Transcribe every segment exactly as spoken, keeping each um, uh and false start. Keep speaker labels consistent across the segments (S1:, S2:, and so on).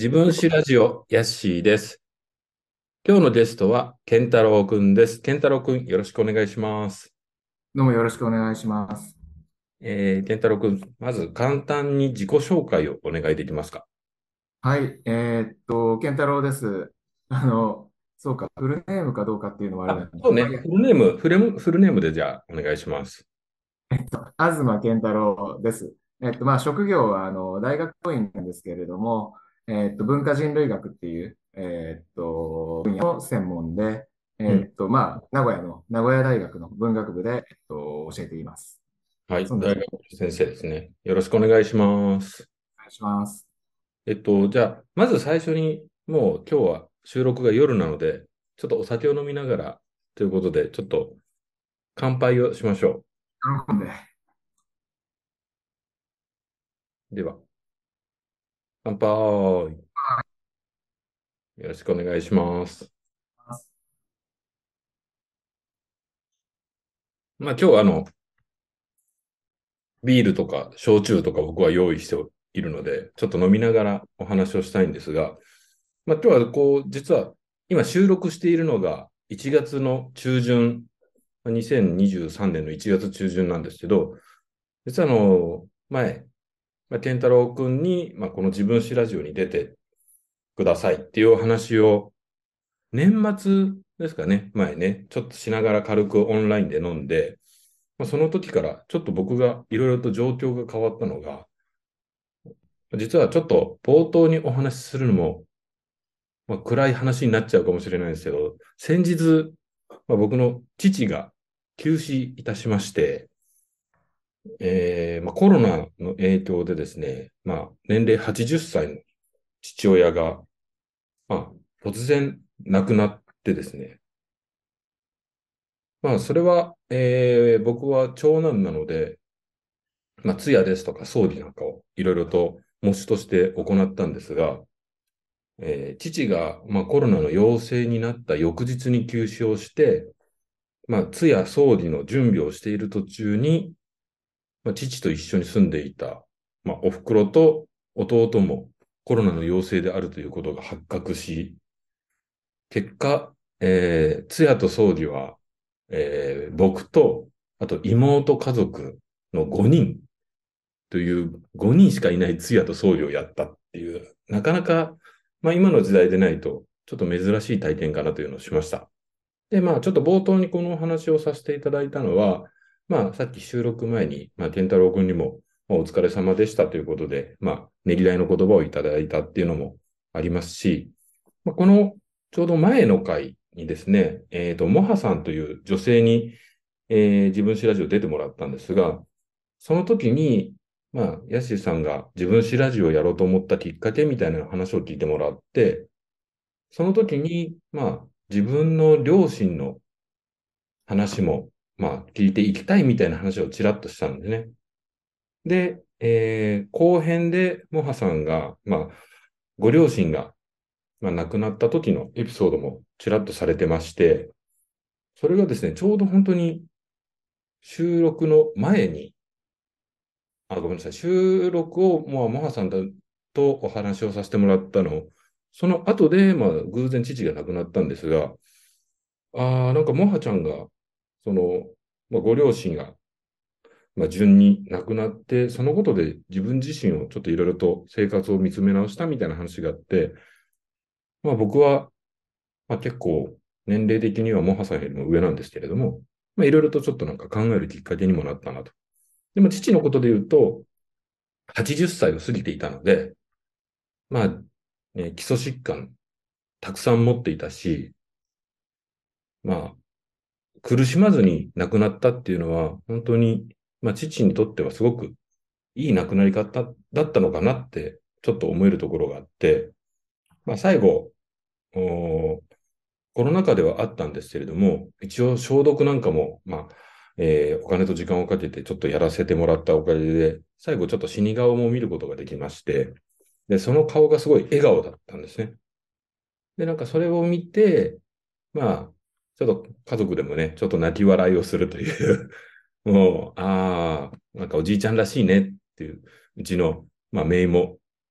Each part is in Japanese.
S1: 自分史ラジオ、ヤッシーです。今日のゲストは、健太郎くんです。健太郎くん、よろしくお願いします。
S2: どうもよろしくお願いします。
S1: えー、健太郎くん、まず簡単に自己紹介をお願いできますか？
S2: はい、えーっと、健太郎です。あの、そうか、フルネームかどうかっていうのはあれ
S1: あ、
S2: なんだ。
S1: そうね。
S2: まあ、いいや、
S1: フルネーム、フレム、フルネームでじゃあ、お願いします。
S2: 東健太郎です。えっと、まあ、職業は、あの、大学教員なんですけれども、えっと、文化人類学っていう、えっと、分野の専門で、
S1: うん。
S2: えっと、まあ、名古屋の、名古屋大学の文学部で、えっと、教えています。
S1: はい。
S2: そんな感じ。
S1: 大学の先生ですね。よろしくお願いします。
S2: お願いします。
S1: えっと、じゃあ、まず最初に、もう今日は収録が夜なので、ちょっとお酒を飲みながらということで、ちょっと乾杯をしましょ
S2: 喜んで。
S1: う。では、乾杯。よろしくお願いします。まあ今日はあの、ビールとか焼酎とか僕は用意しているので、ちょっと飲みながらお話をしたいんですが、まあ今日はこう、実は今収録しているのがいちがつの中旬、にせんにじゅうさんねんのいちがつ中旬なんですけど、実はあの、前、まあ、健太郎くんに、まあ、この自分史ラジオに出てくださいっていうお話を年末ですかね、前ね、ちょっとしながら軽くオンラインで飲んで、まあ、その時からちょっと僕がいろいろと状況が変わったのが、実はちょっと冒頭にお話しするのも、まあ、暗い話になっちゃうかもしれないんですけど、先日、まあ、僕の父が急死いたしまして、えーまあ、コロナの影響でですね、まあ、年齢はちじゅっさいの父親が、まあ、突然亡くなってですね、まあ、それは、えー僕は長男なので、まあ、通夜ですとか葬儀なんかをいろいろと模試として行ったんですが、えー父が、まあ、コロナの陽性になった翌日に急死をして、まあ、通夜葬儀の準備をしている途中に、まあ、父と一緒に住んでいた、まあ、お袋と弟もコロナの陽性であるということが発覚し、結果、えー通夜と葬儀は、えー僕と、あと妹家族のごにんというごにんしかいない通夜と葬儀をやったっていう、なかなか、まあ今の時代でないと、ちょっと珍しい体験かなというのをしました。で、まあちょっと冒頭にこのお話をさせていただいたのは、まあさっき収録前に、まあ健太郎君にも、まあお疲れ様でしたということで、まあねぎらいの言葉をいただいたっていうのもありますし、まあ、このちょうど前の回にですね、えっと、もはさんという女性に、えー自分史ラジオ出てもらったんですが、その時に、まあ、ヤッシーさんが自分史ラジオをやろうと思ったきっかけみたいな話を聞いてもらって、その時に、まあ、自分の両親の話も、まあ、聞いていきたいみたいな話をちらっとしたんでね。で、えー後編でもはさんが、まあ、ご両親が、まあ、亡くなった時のエピソードもちらっとされてまして、それがですね、ちょうど本当に収録の前に、あ、ごめんなさい。収録を、まあ、マハさんとお話をさせてもらったの。その後で、まあ、偶然父が亡くなったんですが、ああ、なんか、もはちゃんが、その、まあ、ご両親が、まあ、順に亡くなって、そのことで自分自身をちょっといろいろと生活を見つめ直したみたいな話があって、まあ、僕は、まあ、結構、年齢的にはもはさんよりも上なんですけれども、まあ、いろいろとちょっとなんか考えるきっかけにもなったなと。でも、父のことで言うと、はちじゅっさいを過ぎていたので、まあ、ね、基礎疾患たくさん持っていたし、まあ、苦しまずに亡くなったっていうのは、本当に、まあ、父にとってはすごくいい亡くなり方だったのかなって、ちょっと思えるところがあって、まあ、最後、おコロナ禍ではあったんですけれども、一応消毒なんかも、まあ、えーお金と時間をかけてちょっとやらせてもらったおかげで、最後ちょっと死に顔も見ることができまして、で、その顔がすごい笑顔だったんですね。で、なんかそれを見て、まあ、ちょっと家族でもね、ちょっと泣き笑いをするというもう、ああ、なんかおじいちゃんらしいねっていう、うちの、まあ、姪も、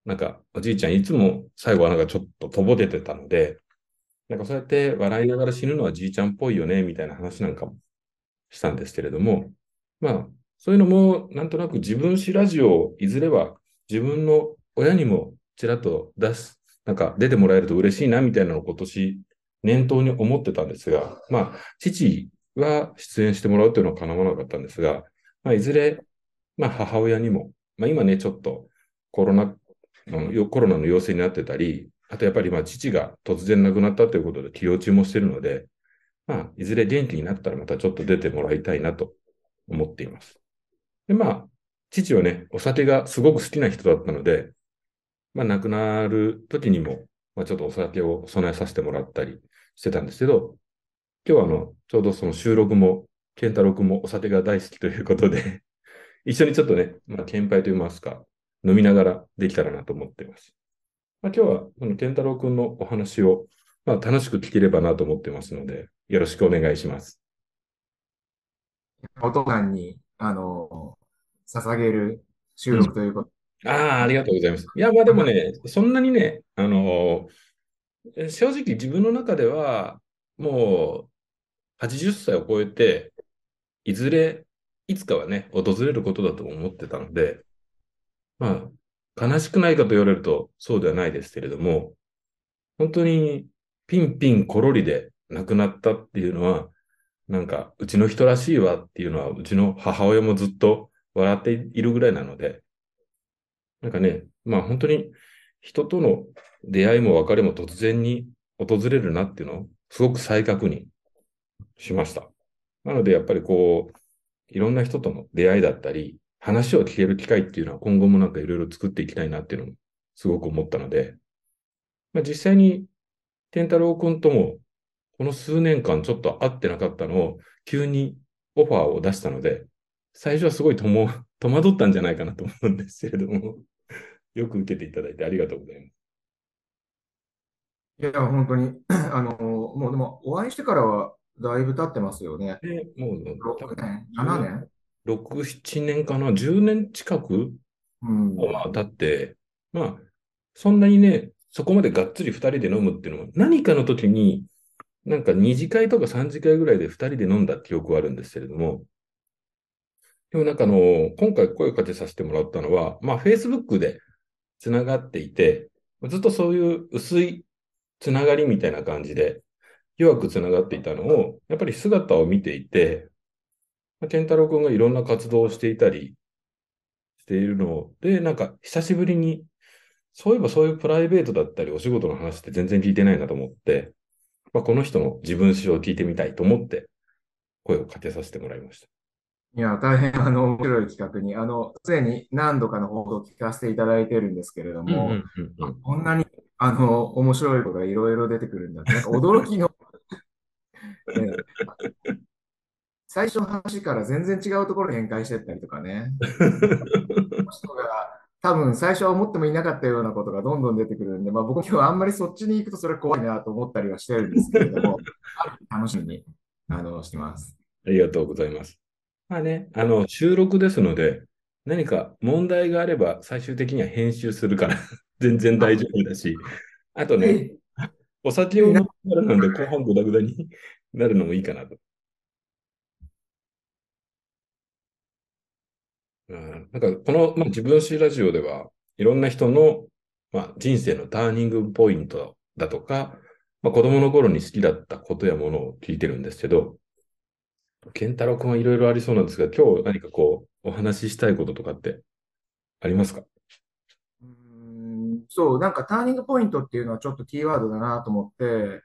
S1: なんかおじいちゃんいつも最後はなんかちょっととぼけてたので、なんかそうやって笑いながら死ぬのはじいちゃんっぽいよね、みたいな話なんかもしたんですけれども、まあ、そういうのも、なんとなく自分史ラジオをいずれは自分の親にもちらっと出す、なんか出てもらえると嬉しいな、みたいなのを今年念頭に思ってたんですが、まあ、父は出演してもらうというのは叶わなかったんですが、まあ、いずれ、まあ、母親にも、まあ、今ね、ちょっとコロナの、コロナの陽性になってたり、あとやっぱりまあ父が突然亡くなったということで治療中もしているので、まあ、いずれ元気になったらまたちょっと出てもらいたいなと思っています。で、まあ、父はね、お酒がすごく好きな人だったので、まあ、亡くなる時にも、まあ、ちょっとお酒を備えさせてもらったりしてたんですけど、今日はあの、ちょうどその収録も、健太郎君もお酒が大好きということで、一緒にちょっとね、まあ、献杯といいますか、飲みながらできたらなと思っています。まあ、今日はこの健太郎君のお話を、まあ、楽しく聞ければなと思ってますので、よろしくお願いします。
S2: お父さんに、あの、捧げる収
S1: うん。
S2: 録ということ
S1: ああ、あり
S2: で、
S1: がとうございます。いや、まあでもね、そんなにね、あのー正直自分の中では、もうはちじゅっさいを超えて、いずれ、いつかはね、訪れることだと思ってたので、まあ、悲しくないかと言われるとそうではないですけれども、本当にピンピンコロリで亡くなったっていうのは、なんか、うちの人らしいわっていうのは、うちの母親もずっと笑っているぐらいなので、なんかね、まあ本当に人との出会いも別れも突然に訪れるなっていうのをすごく再確認しました。なのでやっぱりこう、いろんな人との出会いだったり、話を聞ける機会っていうのは今後もなんかいろいろ作っていきたいなっていうのもすごく思ったので、まあ、実際に健太郎君ともこの数年間ちょっと会ってなかったのを急にオファーを出したので、最初はすごいとも戸惑ったんじゃないかなと思うんですけれども、よく受けていただいてありがとうございます。
S2: いや、本当に、あの、もうでも、お会いしてからはだいぶ経ってますよね。
S1: で、もう多
S2: 6
S1: 分
S2: 年、ななねん。
S1: じゅうろく、ななねんかな、じゅうねん近く
S2: うん。
S1: まあ経って、まあ、そんなにね、そこまでがっつりふたりで飲むっていうのも、何かの時に、なんかに次会とかさん次会ぐらいでふたりで飲んだ記憶はあるんですけれども、でもなんかあの、今回声をかけさせてもらったのは、まあ、Facebook でつながっていて、ずっとそういう薄いつながりみたいな感じで、弱くつながっていたのを、やっぱり姿を見ていて、まあ健太郎君がいろんな活動をしていたりしているので、なんか久しぶりに、そういえばそういうプライベートだったりお仕事の話って全然聞いてないなと思って、まあ、この人の自分史を聞いてみたいと思って声をかけさせてもらいました。
S2: いや、大変、あの、面白い企画に、あの、すでに何度かの報道を聞かせていただいてるんですけれども、
S1: うんうんうんうん。
S2: こんなに、あの、面白いことがいろいろ出てくるんだって、なんか驚きの、ね、最初の話から全然違うところに展開していったりとかね、人が多分最初は思ってもいなかったようなことがどんどん出てくるんで、まあ、僕今日はあんまりそっちに行くとそれ怖いなと思ったりはしてるんですけれども、楽しみに、あの、してます。
S1: ありがとうございます。まあね、あの、収録ですので、何か問題があれば最終的には編集するから全然大
S2: あ、
S1: 丈夫だし、あとね、
S2: ぜ
S1: お酒
S2: ひ、ぜひな、
S1: を飲みながらなんで後半グダグダになるのもいいかなと。うん、なんかこの、まあ、自分史ラジオではいろんな人の、まあ、人生のターニングポイントだとか、まあ、子供の頃に好きだったことやものを聞いてるんですけど、健太郎君はいろいろありそうなんですが、今日何かこう、お話ししたいこととかってありますか？
S2: うーん、そう、なんかターニングポイントっていうのはちょっとキーワードだなと思って、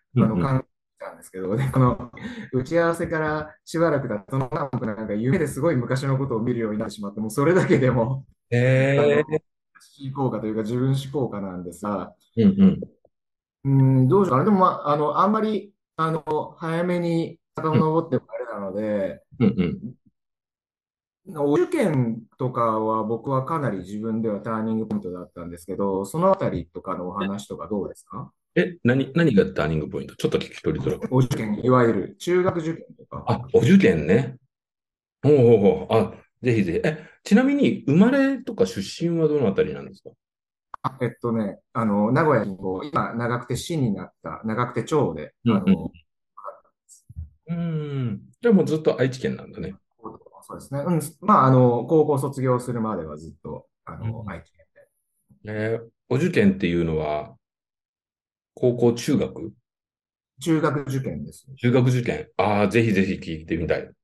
S2: あの、考
S1: うんうん。
S2: えたんですけど、ね、この打ち合わせからしばらくだと、その間僕なんか夢ですごい昔のことを見るようになってしまって、もうそれだけでも、あの、
S1: えー、
S2: 思考価というか自分思考価なんですが、
S1: うんうん。
S2: うん、どうしようかな。でも、まあ、あの、あんまり、あの、早めに
S1: うん
S2: 遡ってもあれなので、
S1: うんうん。
S2: お受験とかは僕はかなり自分ではターニングポイントだったんですけど、そのあたりとかのお話とかどうですか？
S1: え、何、何がターニングポイント？ちょっと聞き取りづらく。
S2: お受験、いわゆる中学受験とか。
S1: あ、お受験ね。ほうほうほう。あ、ぜひぜひ。え、ちなみに、生まれとか出身はどのあたりなんですか？
S2: あえっとね、あの、名古屋にこう、今、長久手市になった長久手町で、
S1: うんうん。
S2: あの、
S1: うーん。じゃあもうずっと愛知県なんだね。
S2: そうですね。うん。まあ、あの、高校卒業するまではずっと、あの、
S1: うん。
S2: 愛知県で。
S1: えーお受験っていうのは、高校、中学
S2: 中学受験です。
S1: 中学受験。ああ、ぜひぜひ聞いてみたい。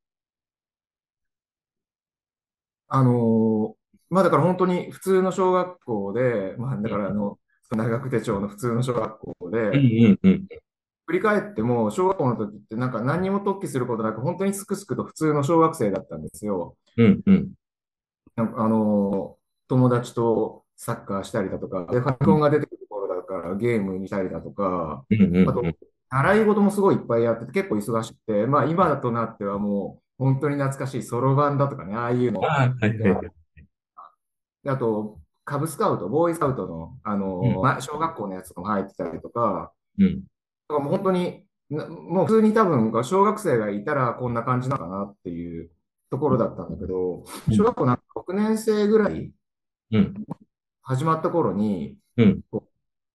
S2: あの、まあ、だから本当に普通の小学校で、まあ、だからあの、長久手町の普通の小学校
S1: うん
S2: で、
S1: うんうん。
S2: 振り返っても、小学校の時ってなんか何にも突起することなく、本当にすくすくと普通の小学生だったんですよ。
S1: うんうん。
S2: なんかあの、友達とサッカーしたりだとか、で、ファミ
S1: うん
S2: コンが出てくる頃だからゲームにしたりだとか、
S1: うんうんうん。
S2: あと、習い事もすごいいっぱいやってて、結構忙しくて、まあ今となってはもう本当に懐かしいそろばんだとかね、ああいうの
S1: ああ、はいはい
S2: が、
S1: はい。
S2: であと、カブスカウト、ボーイスカウトの、あの、
S1: うん
S2: まあ、小学校のやつとかも入ってたりとか、
S1: うん。
S2: だからもう本当に、なもう普通に多分、小学生がいたらこんな感じなのかなっていうところだったんだけど、
S1: うん
S2: 小学校なんかろくねん生ぐらい
S1: うん
S2: 始まった頃に、
S1: うん
S2: こう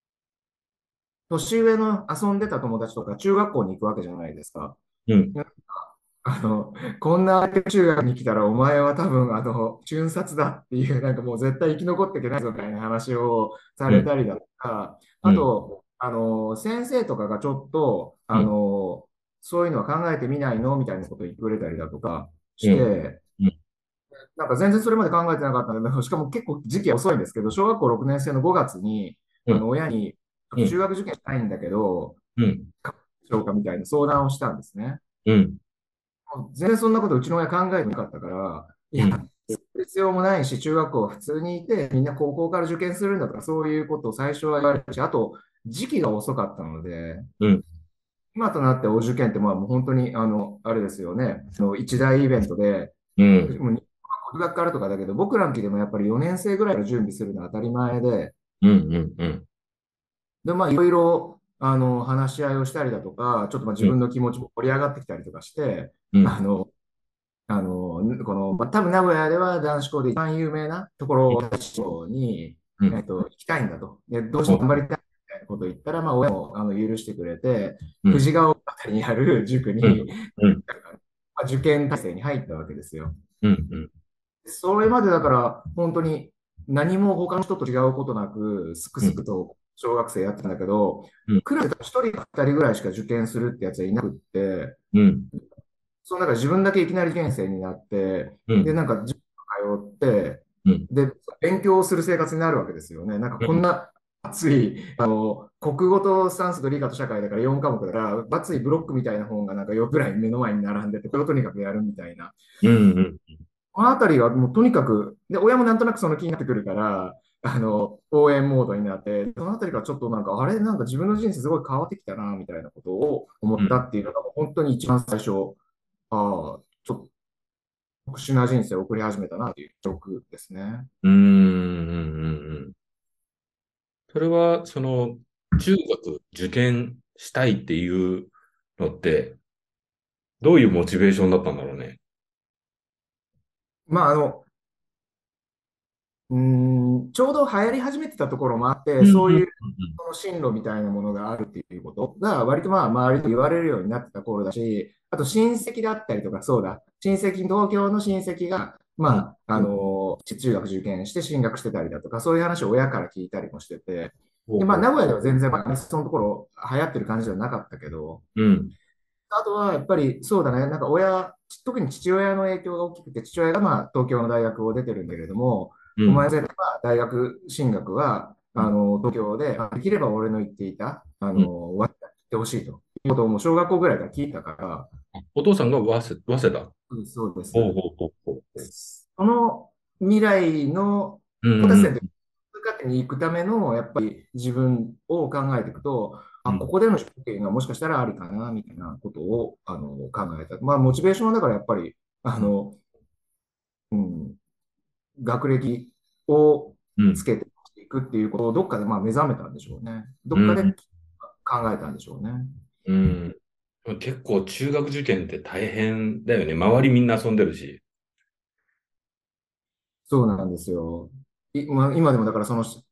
S2: 年上の遊んでた友達とか中学校に行くわけじゃないですか。
S1: うん。
S2: あの、こんな中学に来たらお前は多分、あの、中殺だっていう、なんかもう絶対生き残っていけないぞみたいな話をされたりだとか、あと、あの、先生とかがちょっと、あの、そういうのは考えてみないのみたいなことを言ってくれたりだとかして、なんか全然それまで考えてなかったんで、しかも結構時期は遅いんですけど、小学校ろくねん生のごがつに、あの、親に、中学受験したいんだけど、しようかみたいな相談をしたんですね。全然そんなことうちの親考えてなかったから、いや、必要もないし、中学校は普通にいて、みんな高校から受験するんだとか、そういうことを最初は言われたし、あと、時期が遅かったので、今となってお受験ってまあもう本当に、あの、あれですよね、その一大イベントで、もう国学からとかだけど、僕らの時でもやっぱりよねん生ぐらいから準備するのは当たり前で、で、まあいろいろ、あの、話し合いをしたりだとか、ちょっとまあ自分の気持ちも盛り上がってきたりとかして、あの、あの、この、まあ、多分名古屋では男子校で一番有名なところに、えっと、行きたいんだと。で、どうしても頑張りたいみたいなことを言ったら、まあ、親もあの許してくれて、富士川あたりにある塾に、まあ、受験体制に入ったわけですよ。それまでだから、本当に何も他の人と違うことなく、すくすくと小学生やってたんだけど、クラスでひとりかふたりぐらいしか受験するってやつはいなくって、その中で自分だけいきなり受験生になって、で、なんか塾通って、で、勉強する生活になるわけですよね。なんかこんな熱い、あの、国語と算数と理科と社会だからよん科目だから、熱いブロックみたいな本がなんかよくらい目の前に並んでて、これをとにかくやるみたいな。このあたりはもうとにかく、で、親もなんとなくその気になってくるから、あの、応援モードになって、そのあたりからちょっとなんか、あれ、なんか自分の人生すごい変わってきたな、みたいなことを思ったっていうのが、本当に一番最初、ああ、ちょっと特殊な人生を送り始めたなという記憶ですね。
S1: うん。それは、その、中学受験したいっていうのって、どういうモチベーションだったんだろうね。
S2: まあ、あの、うーん、ちょうど流行り始めてたところもあって、
S1: うんうん
S2: そういうその進路みたいなものがあるっていうことが、割とまあ、周りに言われるようになってた頃だし、あと親戚だったりとか、そうだ、親戚、東京の親戚が、
S1: うん。
S2: まあ、あの、中学受験して進学してたりだとか、そういう話を親から聞いたりもしてて、で、まあ、
S1: ほうほ
S2: 名古屋では全然、まあ、そのところ流行ってる感じではなかったけど、
S1: う。うん。
S2: あとはやっぱりそうだね、なんか親、特に父親の影響が大きくて、父親がまあ東京の大学を出てるんだけれども、
S1: うん。
S2: お前絶対は大学進学はあの東京で、できれば俺の言っていた、あ
S1: うん。
S2: の、わってほしいということをもう小学校ぐらいから聞いたから、
S1: お父さんが早稲、早稲田。
S2: うんそうです。
S1: ほうほうほうほう。
S2: その未来の、
S1: うんうん。
S2: 私たち家庭に行くための、やっぱり自分を考えていくと、あ、こ
S1: うん。
S2: こでの職っていうのはもしかしたらありかな、みたいなことをあの考えた。まあ、モチベーションはだからやっぱり、あの、うん、学歴を
S1: うん。
S2: つけていくっていうことをどっかでまあ目覚めたんでしょうね。どっかで
S1: うん。
S2: 考えたんでしょうね。
S1: うん。結構中学受験って大変だよね。周りみんな遊んでるし。
S2: そうなんですよ。いまあ、今でもだからその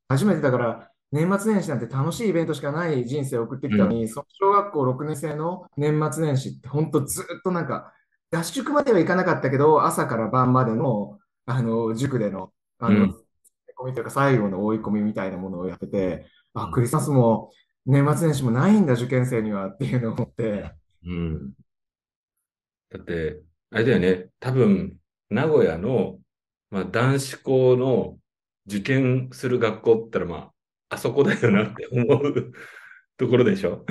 S2: 初めてだから、年末年始なんて楽しいイベントしかない人生を送ってき
S1: うん、
S2: たのに、その小学校ろくねん生の年末年始って本当ずっとなんか、合宿までは行かなかったけど、朝から晩までの、あの、塾での、あの、
S1: うん、
S2: 追い込みというか最後の追い込みみたいなものをやってて、あ、
S1: うん。
S2: クリスマスも年末年始もないんだ、受験生にはっていうのを思って、
S1: うん。だって、あれだよね。多分、名古屋の、まあ、男子校の受験する学校って言ったら、まあ、あそこだよなって思うところでしょ。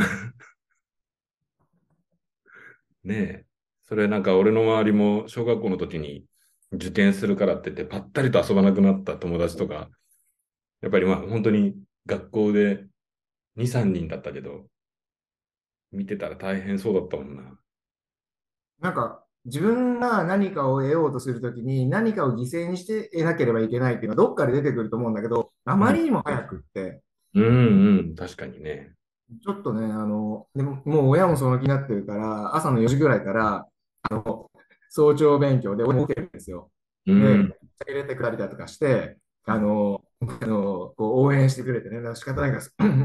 S1: ねえ。それなんか俺の周りも小学校の時に受験するからって言ってぱったりと遊ばなくなった友達とか、やっぱりまあ本当に学校でに、さんにんだったけど、見てたら大変そうだったもんな。
S2: なんか、自分が何かを得ようとするときに何かを犠牲にして得なければいけないっていうのはどっかで出てくると思うんだけど、あ
S1: うん。
S2: まりにも早くって、
S1: うんうん、確かにね。
S2: ちょっとね、あの、でも、もう親もその気になってるから、朝のよじぐらいから早朝勉強で俺も起きてるんですよ。で、
S1: うん、
S2: 入れてくれたりだとかして、あの、あのこう応援してくれてね、だから仕方ないから、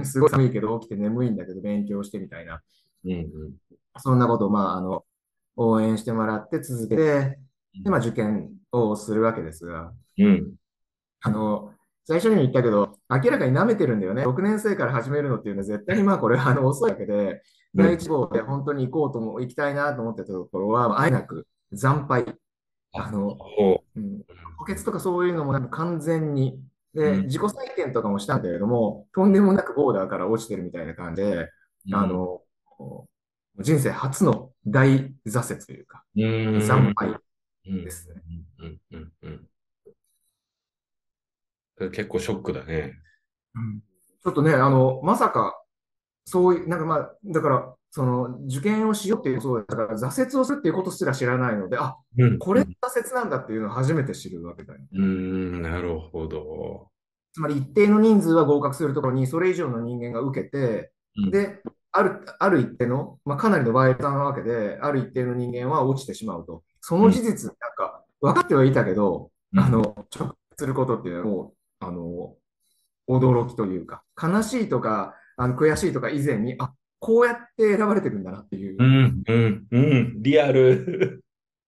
S2: すごい寒いけど起きて眠いんだけど勉強してみたいな、
S1: うん、うん、
S2: そんなことを、まあ、あの、応援してもらって続けて、で、まあ、受験をするわけですが、
S1: うん、
S2: あの、最初にも言ったけど、明らかに舐めてるんだよね。ろくねん生から始めるのっていうのは絶対にまあこれはあの遅いわけで、
S1: うん。
S2: 第一号で本当に行こうとも、行きたいなと思ってたところは、あえなく惨敗。
S1: あ、
S2: あの、
S1: そ
S2: うん、補欠とかそういうのもなんか完全に、
S1: う。う
S2: で、
S1: ん、
S2: 自己採点とかもしたんだけれども、とんでもなくボーダーから落ちてるみたいな感じで、
S1: うん、
S2: あの、人生初の大挫折というか、
S1: うん、
S2: 惨敗
S1: うん、
S2: ですね。
S1: うん、うん、うん。それ結構ショックだね。
S2: うん、ちょっとね、あの、まさか、そういう、なんかまあ、だから、その、受験をしようっていう、そうだから挫折をするっていうことすら知らないので、あ、
S1: うん、
S2: これ
S1: うん、
S2: 挫折なんだっていうのを初めて知るわけだよね。
S1: うーん、なるほど。
S2: つまり一定の人数は合格するところに、それ以上の人間が受けて、
S1: うん、
S2: で、ある、ある一定の、まあ、かなりの倍率なわけで、ある一定の人間は落ちてしまうと。そ
S1: うん、
S2: の事実、なんか、分かってはいたけど、
S1: うん。
S2: あの、直結することっていうのはもう、あの、驚きというか、悲しいとか、あの悔しいとか以前に、あ、こうやって選ばれてるんだなっていう。
S1: うん、うん、うん、リアル。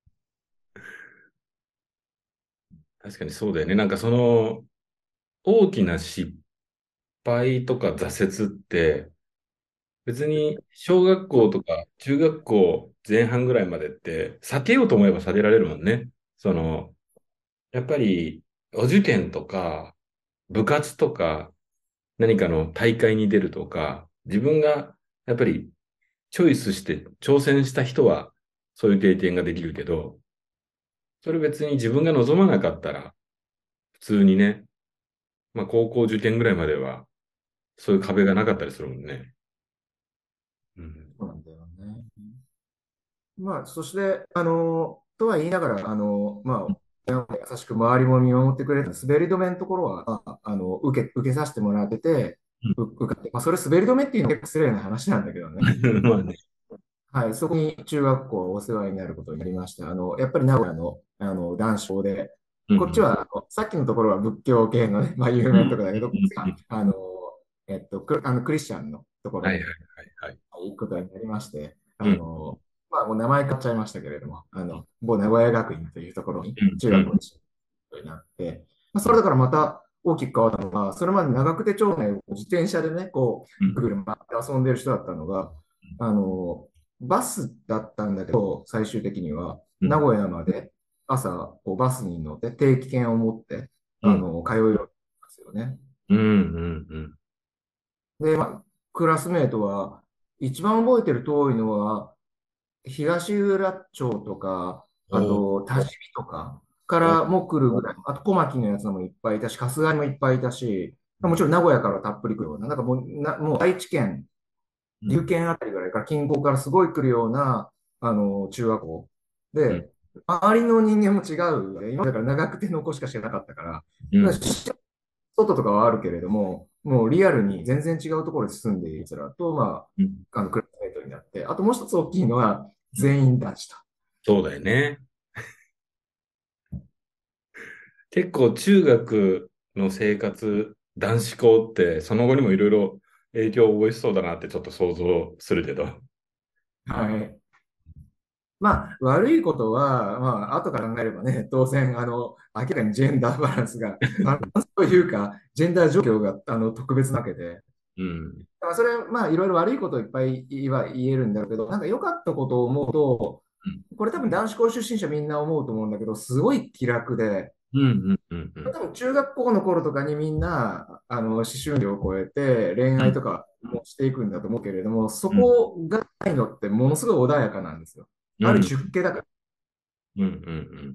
S1: 確かにそうだよね。なんかその大きな失敗とか挫折って、別に小学校とか中学校前半ぐらいまでって避けようと思えば避けられるもんね。その、やっぱりお受験とか部活とか何かの大会に出るとか、自分がやっぱりチョイスして挑戦した人はそういう経験ができるけど、それ別に自分が望まなかったら普通にね、まあ高校受験ぐらいまではそういう壁がなかったりするもんね。うん。
S2: そうなんだよね。まあ、そして、あの、とは言いながら、あの、まあ、優しく周りも見守ってくれた滑り止めのところは、あ、あの、受け、受けさせてもらってて、う受かって、まあ、それ滑り止めっていうのは結構失礼な話なんだけどね。
S1: まあね。
S2: はい、そこに中学校お世話になることになりました。あの、やっぱり名古屋の、あの男子校で、
S1: うん。
S2: こっちはあのさっきのところは仏教系のね、まあ、有
S1: うん。
S2: 名なところだけど、こっちはあの、えっと、クあのクリスチャンのところに
S1: はいはいはいはい。
S2: 行くことになりまして、
S1: うん。
S2: あの、まあ、もう名前変わっちゃいましたけれども、あの、某名古屋学院というところに
S1: うん。うん。
S2: 中学校に行くことになって、まあ、それだからまた大きく変わったのが、それまで長久手町内を自転車でね、こう、ぐるぐる回って遊んでる人だったのが、あの、バスだったんだけど、最終的には、
S1: うん。
S2: 名古屋まで朝、こうバスに乗って定期券を持って、
S1: うん。
S2: あの、通うようになったんですよね。
S1: うん。うん。
S2: で、まあ、クラスメートは、一番覚えてる遠いのは、東浦町とか、あ
S1: おー
S2: と、多治見とかか
S1: おー。
S2: らも来るぐらい、あと小牧のやつもいっぱいいたし、春日井もいっぱいいたし、もちろん名古屋からたっぷり来るような、なんかもう、な、もう愛知県、岐阜
S1: うん。
S2: 県あたりぐらいから近郊からすごい来るような、あの、中学校
S1: うん。
S2: で、周りの人間も違うよね。今だから長くての子しか知らなかったから、
S1: うん。
S2: だから外とかはあるけれども、もうリアルに全然違うところで住んでいる奴らと、ま
S1: うん。
S2: あ、あの、クラスメートになって、あともう一つ大きいのは、全員男子と。
S1: そうだよね。結構中学の生活男子校ってその後にもいろいろ影響を及ぼしそうだなってちょっと想像するけど。
S2: はい。まあ、悪いことは、まあ、後から考えればね、当然、あの、明らかにジェンダーバランスが、バランスというか、ジェンダー状況が、あの、特別なわけで、
S1: うん。
S2: まあ、それ、まあ、いろいろ悪いことをいっぱい言は言えるんだけど、なんか良かったことを思うと、これ多分男子校出身者みんな思うと思うんだけど、すごい気楽で、
S1: うん。うん。うん。
S2: 多分中学校の頃とかにみんな、あの、思春期を超えて恋
S1: うん。
S2: 愛とかもしていくんだと思うけれども、そ
S1: うん。
S2: こがないのってものすごい穏やかなんですよ。
S1: うん。
S2: ある種、出家だから。
S1: うん。うん。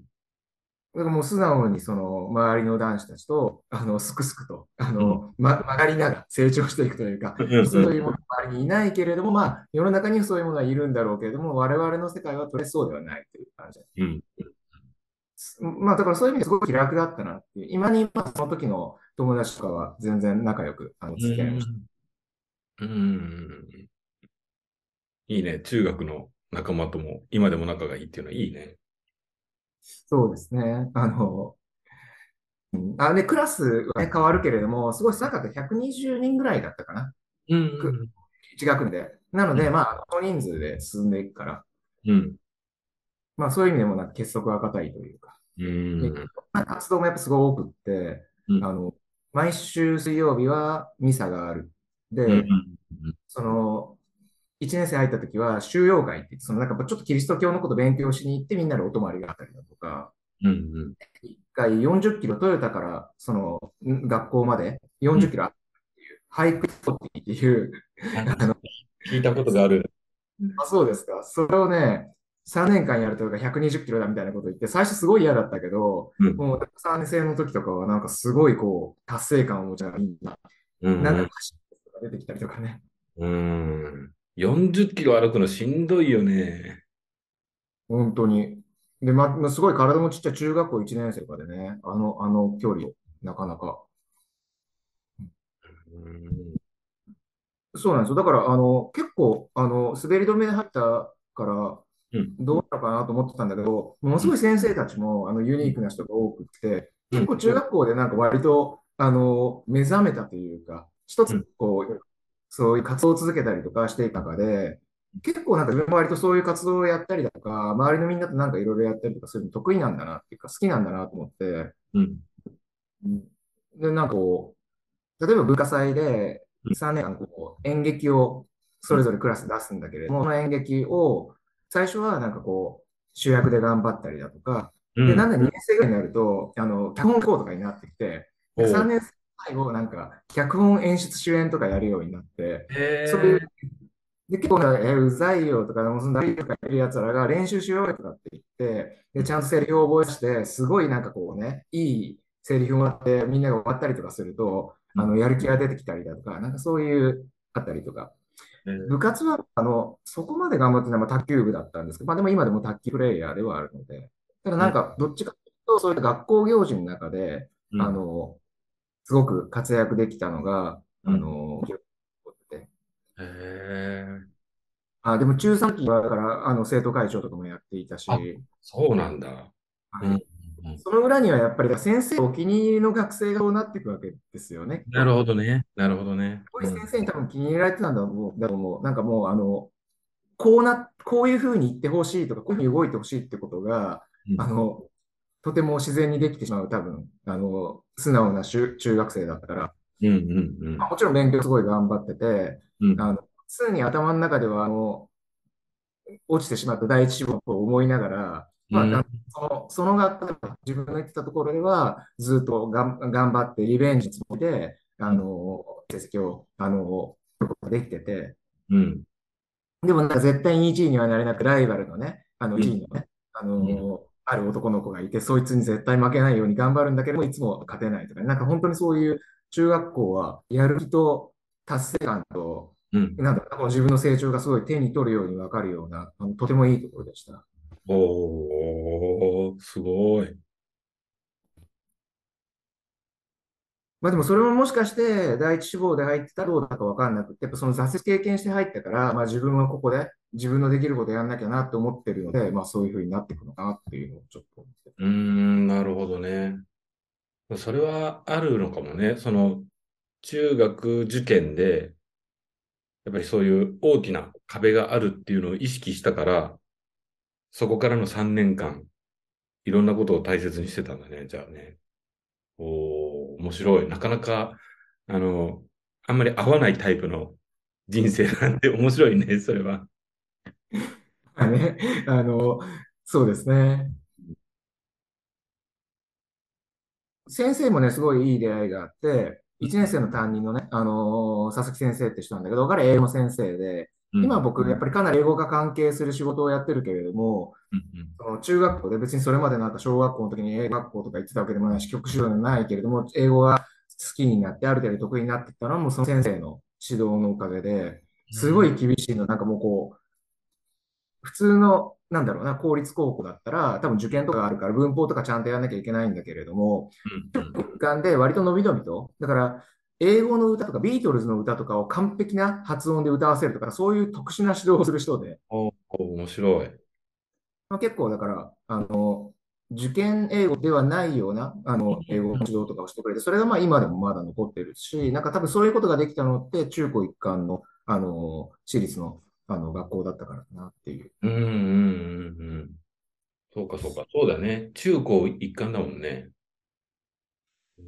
S2: だからもう素直にその周りの男子たちと、あの、すくすくと、あ
S1: うん。
S2: の、ま、曲がりながら成長していくというか、
S1: うん。
S2: そういうものが周りにいないけれども、まあ、世の中にそういうものがいるんだろうけれども、我々の世界は取れそうではないという感じです。
S1: うん。
S2: まあ、だからそういう意味ですごく気楽だったなっていう。今に、まあ、その時の友達とかは全然仲良く、あの、
S1: う
S2: 付き合いました。
S1: ん。うん。いいね。中学の仲間とも今でも仲がいいっていうのはいいね。
S2: そうですね。あの、うんあ、で、クラスはね、変わるけれども、すごい少なかったひゃくにじゅうにんぐらいだったかな。
S1: う
S2: く
S1: ん。
S2: いち学年で。なので、
S1: うん。
S2: まあ、少人数で進んでいくから、
S1: うん。
S2: まあ、そういう意味でもなんか結束が固いというか、
S1: う
S2: で、
S1: ん。
S2: まあ活動もやっぱすごい多くって、
S1: うん。
S2: あの、毎週水曜日はミサがある。
S1: うん。
S2: で、その、いちねん生入った時は、修養会って言って、そのなんかちょっとキリスト教のこと勉強しに行ってみんなでお泊まりがあったりだとか、
S1: うん。
S2: いっかいよんじゅっキロトヨタからそのん学校まで40
S1: うん。
S2: キロあっていう、ハイクイスっていう、
S1: なんか聞いたことがある。
S2: あ、そうですか。それをね、さんねんかんやるとひゃくにじゅっキロだみたいなこと言って、最初すごい嫌だったけど、
S1: うん。
S2: もうさんねん生の時とかはなんかすごいこう、達成感を持ちながらみんな、
S1: うん。
S2: なんか走ってとか出てきたりとかね。
S1: うん。よんじゅっキロ歩くのしんどいよね。
S2: 本当に。で、ま、ますごい体もちっちゃい中学校いちねん生とかでね、あの、あの距離を、なかなか。
S1: うん。
S2: そうなんですよ。だから、あの、結構、あの、滑り止めで入ったから、
S1: うん。
S2: どうなのかなと思ってたんだけど、ものすごい先生たちも、あの、ユニークな人が多くて、
S1: うん。
S2: 結構中学校でなんか割と、あの、目覚めたというか、一つ、
S1: うん。
S2: こう、そういう活動を続けたりとかしていく中で、結構なんか自分も割とそういう活動をやったりだとか、周りのみんなとなんかいろいろやったりとかするの得意なんだなっていうか、好きなんだなと思って、
S1: うん。
S2: うんで、なんかこう、例えば文化祭でさんねんかんこう演劇をそれぞれクラスで出すんだけれども、その演劇を最初はなんかこう主役で頑張ったりだとか、で、だ
S1: うん。
S2: んだんにねん生ぐらいになると、あの、脚本講とかになってきて、で、
S1: おう。
S2: さんねん生最後なんか脚本演出主演とかやるようになって、
S1: へ
S2: そういう、
S1: え。
S2: で、結構なんか、え、うざいよとか、もうそんな、とかやる奴らが練習しようよとかって言って、で、ちゃんとセリフを覚えして、すごいなんかこうね、いいセリフもあって、みんなが終わったりとかすると、
S1: うん。
S2: あの、やる気が出てきたりだとか、なんかそういう、あったりとか。
S1: へえ。
S2: 部活は、あの、そこまで頑張ってるのはまあ卓球部だったんですけど、まあでも今でも卓球プレイヤーではあるので、ただ
S1: うん。
S2: なんか、どっちかというと、そういう学校行事の中で、
S1: うん。
S2: あの、すごく活躍できたのが、
S1: うん。
S2: あの、って
S1: へえ。
S2: あ、でも中さん期は、だから、あの、生徒会長とかもやっていた
S1: あ、
S2: し、
S1: そうなんだ。うん。
S2: はい。
S1: うん。
S2: その裏にはやっぱり先生お気に入りの学生がそうなっていくわけですよね、きっ
S1: なる
S2: と。
S1: ほどね。なるほどね。
S2: すごい
S1: うん。
S2: 先生に多分気に入られてたんだと思う。だと思う。なんかもう、あの、こうな、こういうふうに言ってほしいとか、こういうふうに動いてほしいってことが、
S1: うん。
S2: あの、とても自然にできてしまう、多分、あの、素直な中、中学生だったから、
S1: うん。うん。うん。
S2: まあもちろん勉強すごい頑張ってて、
S1: うん。
S2: あの、常に頭の中では、あの、落ちてしまった第一志望を思いながら、まあ、あの
S1: うん。
S2: その、その学校でも自分が言ってたところでは、ずっとがん頑張ってリベンジつもりで、あ
S1: うん。
S2: の、成績を、あの、できてて、
S1: うん。
S2: でもなんか絶対にいちいにはなれなく、ライバルのね、あの
S1: うん。
S2: いちいのね、あ
S1: うん。
S2: の、ある男の子がいて、そいつに絶対負けないように頑張るんだけども、いつも勝てないとかね、なんか本当にそういう中学校はやる気と達成感と、
S1: うん。
S2: なんだろう、自分の成長がすごい手に取るように分かるような、あのとてもいいところでした。
S1: おー、すごい。
S2: まあでもそれももしかして第一志望で入ってたらどうだか分かんなくて、やっぱその挫折経験して入ったから、まあ自分はここで自分のできることやんなきゃなって思ってるので、まあそういうふうになっていくのかなっていうのをちょっと思って。
S1: うーん、なるほどね。それはあるのかもね。その、 中学受験で、やっぱりそういう大きな壁があるっていうのを意識したから、そこからのさんねんかん、いろんなことを大切にしてたんだね、じゃあね。おー、面白い。なかなか、あの、あんまり合わないタイプの人生なんで面白いね、それは。
S2: まあね、あの、そうですね。先生もね、すごいいい出会いがあって、いちねん生の担任のね、あのー佐々木先生って人なんだけど、彼英語の先生で、
S1: うん、
S2: 今僕、やっぱりかなり英語が関係する仕事をやってるけれども、
S1: うん、
S2: その中学校で別にそれまでなんか小学校の時に英語学校とか行ってたわけでもないし、教科書でもないけれども、英語が好きになって、ある程度得意になっていったのはもうその先生の指導のおかげで、すごい厳しいの、なんかもうこう、普通の、なんだろうな、公立高校だったら、多分受験とかあるから文法とかちゃんとやらなきゃいけないんだけれども、
S1: うん、うん、
S2: 一環で割と伸び伸びと、だから、英語の歌とかビートルズの歌とかを完璧な発音で歌わせるとか、そういう特殊な指導をする人で、
S1: おー、面白い。
S2: まあ、結構だから、あの、受験英語ではないような、あの、英語の指導とかをしてくれて、それがまあ今でもまだ残ってるし、なんか多分そういうことができたのって中高一貫の、あの、私立の、あの、学校だったからなっていう。
S1: うん、うん、うん、うん。そうか、そうか。そうだね。中高一貫だもんね。うん、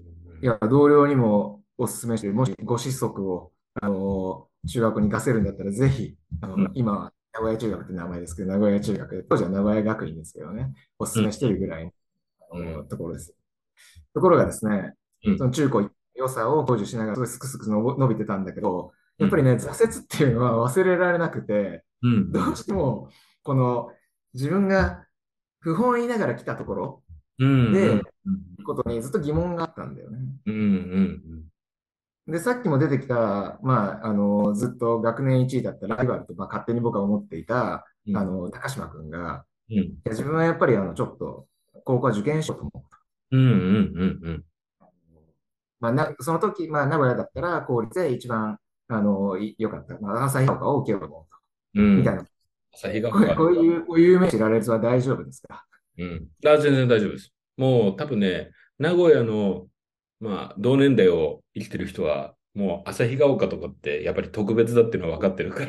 S2: いや、同僚にもお勧めして、もしご子息を、あの、中学に行かせるんだったら、ぜひ、あの、
S1: うん、
S2: 今は名古屋中学って名前ですけど、名古屋中学で、当時は名古屋学院ですけどね、お
S1: うん、
S2: 勧めしてるぐらいの、あ
S1: うん、
S2: のところです。ところがですね、
S1: うん、
S2: その中高良さを享受しながら、すごいすくすく伸び伸びてたんだけど、
S1: うん、
S2: やっぱりね、挫折っていうのは忘れられなくて、
S1: うん、
S2: どうしても、この自分が不本意ながら来たところ
S1: うん、う
S2: で、
S1: ん、うん、
S2: ことにずっと疑問があったんだよね。
S1: うん、うん、
S2: で、さっきも出てきた、まあ、あの、ずっと学年いちいだったライバルと、まあ、勝手に僕は思っていた、
S1: うん、
S2: あの、高島君が、
S1: うん、
S2: いや、自分はやっぱり、あの、ちょっと、高校は受験しようと思う。
S1: うん、うん、うん、
S2: まあ、な、その時、まあ、名古屋だったら、公立で一番、あの、い良かった、まあ、朝日岡を受けようと思うと。
S1: うん。
S2: みたいな。
S1: 旭ヶ
S2: こういう、
S1: 丘。
S2: こういう、こういう名詞羅列は大丈夫ですか？
S1: うん。あ、全然大丈夫です。もう多分ね、名古屋の、まあ、同年代を生きてる人は、もう旭ヶ丘とかってやっぱり特別だっていうのは分かってるから。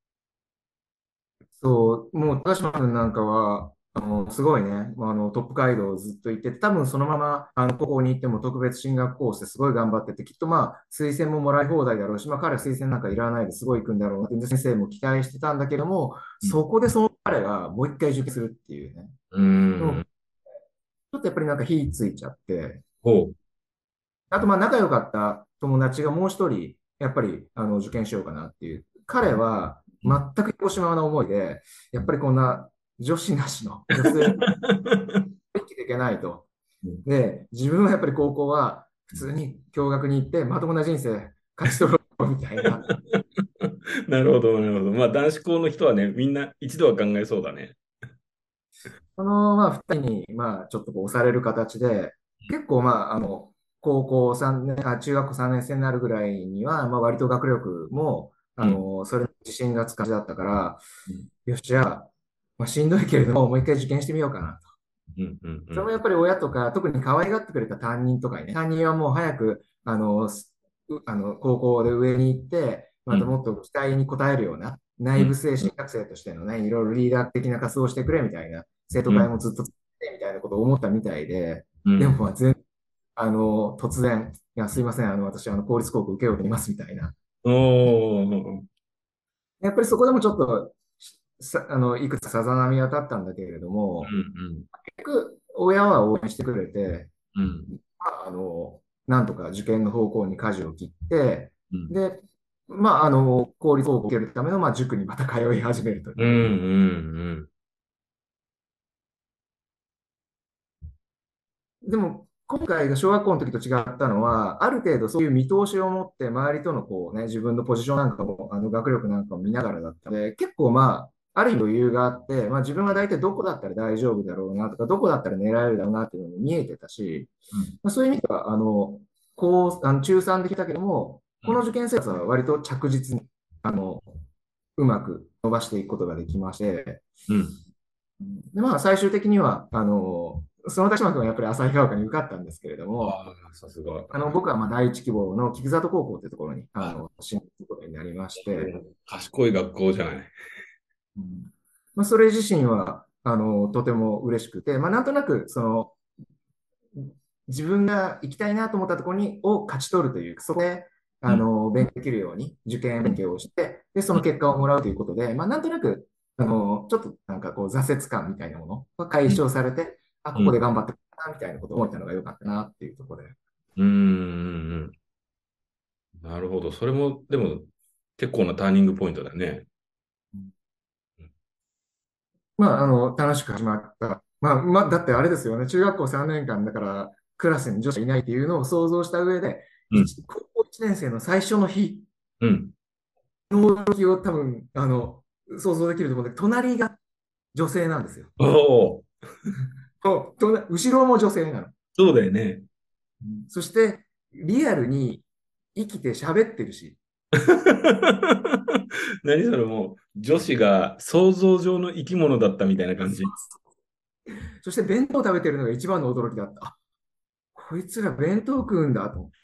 S2: そう、もう高島君なんかは、あの、すごいね、まあ、あの、トップ街道をずっと行ってて、多分そのまま、あの、高校に行っても特別進学コースですごい頑張ってて、きっとまあ、推薦ももらい放題だろうし、まあ、彼は推薦なんかいらないですごい行くんだろうなって、先生も期待してたんだけども、
S1: うん。
S2: そこでその彼がもう一回受験するっていうね。
S1: うー
S2: でも、
S1: ん。
S2: ちょっとやっぱりなんか火ついちゃって、
S1: ほう。
S2: あとまあ、仲良かった友達がもう一人、やっぱり、あの、受験しようかなっていう。彼は、
S1: うん。
S2: 全く広島な思いで、やっぱりこんな女子なしの、女性生きていけないと。で、自分はやっぱり高校は普通に共学に行ってまともな人生勝ち取ろうみたいな。
S1: なるほど、なるほど。まあ、男子校の人はね、みんな一度は考えそうだね。
S2: そのまあ二人にまあちょっとこう押される形で、結構まああの高校さんねん、あ、中学校さんねん生になるぐらいには、まあ割と学力もあ
S1: うん。
S2: のそれ自信がつく感じだったから、
S1: うん。
S2: よし、じゃあ、まあ、しんどいけれども、もう一回受験してみようかな。
S1: うん。うん。うん。
S2: それもやっぱり親とか、特に可愛がってくれた担任とかにね、担任はもう早く、あの、すうあの高校で上に行って、
S1: うん。
S2: またもっと期待に応えるような、
S1: うん。
S2: 内部生新学生としてのね、いろいろリーダー的な活動をしてくれみたいな、生徒
S1: うん。
S2: 会もずっと作ってみたいなことを思ったみたいで、でも、
S1: うん。
S2: まあ全あの、突然、いや、すいません、あの、私、あの、公立高校受けようと思いますみたいな。
S1: おー。
S2: やっぱりそこでもちょっと、さあの、いくつかさざ波は立ったんだけれども、
S1: うん。
S2: 結局、親は応援してくれて、
S1: うん。
S2: まあ、あの、なんとか受験の方向に舵を切って、
S1: うん。
S2: で、まあ、あの、公立高校を受けるための、まあ、塾にまた通い始めると
S1: うん。
S2: いう。
S1: うん。
S2: でも、今回が小学校の時と違ったのは、ある程度そういう見通しを持って、周りとのこうね、自分のポジションなんかも、あの学力なんかを見ながらだったので、結構まあ、ある意味余裕があって、まあ自分は大体どこだったら大丈夫だろうなとか、どこだったら狙えるだろうなっていうのも見えてたし、
S1: うん。
S2: まあ、そういう意味では、あの、こう、あの中さんできたけども、この受験生活は割と着実に、あの、うまく伸ばしていくことができまして、
S1: うん。
S2: で、まあ、最終的には、あの、 その立場君はやっぱり旭川丘に受かったんですけれども、
S1: ああ、さすが。
S2: あの僕はまあ第一希望の菊里高校というところにあ
S1: あ、
S2: の進学することになりまして、
S1: 賢い学校じゃない。
S2: うんまあ、それ自身はあのとても嬉しくて、まあ、なんとなくその自分が行きたいなと思ったところにを勝ち取るという、そこであ
S1: うん。
S2: の勉強できるように受験勉強をして、でその結果をもらうということで、まあ、なんとなくあのちょっとなんかこう挫折感みたいなものが解消されて、あ、ここで
S1: うん。
S2: 頑張ってくれたなみたいなことを思ったのが良かったなっていうところで。
S1: うん。うん。なるほど。それも、でも、結構なターニングポイントだね。
S2: まあ、あの、楽しく始まった。まあ、まあ、だってあれですよね。中学校さんねんかんだから、クラスに女子がいないっていうのを想像した上で、
S1: うん。
S2: 一高校いちねん生の最初の日
S1: うん。
S2: の時を多分、あの、想像できると思うんで、隣が女性なんですよ。
S1: おお、
S2: と、と後ろも女性なの。
S1: そうだよね。
S2: うんそして、リアルに生きて喋ってるし、
S1: 何それもう、女子が想像上の生き物だったみたいな感じ。
S2: そして弁当食べてるのが一番の驚きだった。あ、こいつら弁当食うんだと思って。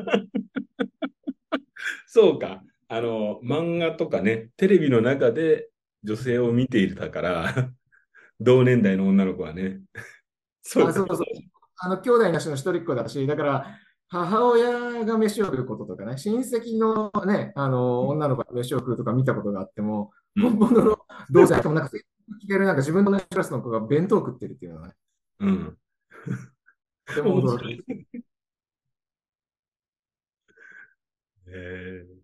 S1: そうか。あの、漫画とかね、テレビの中で女性を見ていたから、同年代の女の子はね。そう
S2: あ、
S1: か。
S2: そうそう。あの、兄弟なしの一人っ子だし、だから、母親が飯を食うこととかね、親戚のね、あの、女の子が飯を食うとか見たことがあっても、
S1: うん。
S2: 本物の同性、しかもなんか、聞けるなんか自分の同じクラスの子が弁当食ってるっていうのはね、
S1: うん。
S2: とても驚き。
S1: 面白い。えー、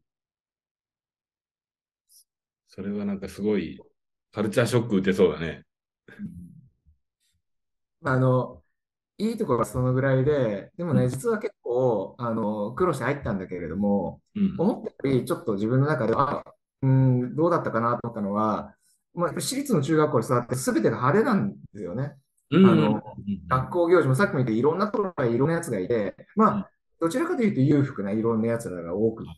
S1: それはなんかすごい、カルチャーショック受けそうだね。
S2: うんまあ、あの、いいところはそのぐらいで、でもね、
S1: うん。
S2: 実は結構、あの、苦労して入ったんだけれども、
S1: うん。
S2: 思ったよりちょっと自分の中では、うん、どうだったかなと思ったのは、まあ、私立の中学校で育って全てが派手なんですよね。
S1: うん。うん。
S2: あの、学校行事もさっきも言っていろんなところがいろんなやつがいて、まあ、どちらかというと裕福ないろんなやつらが多くって、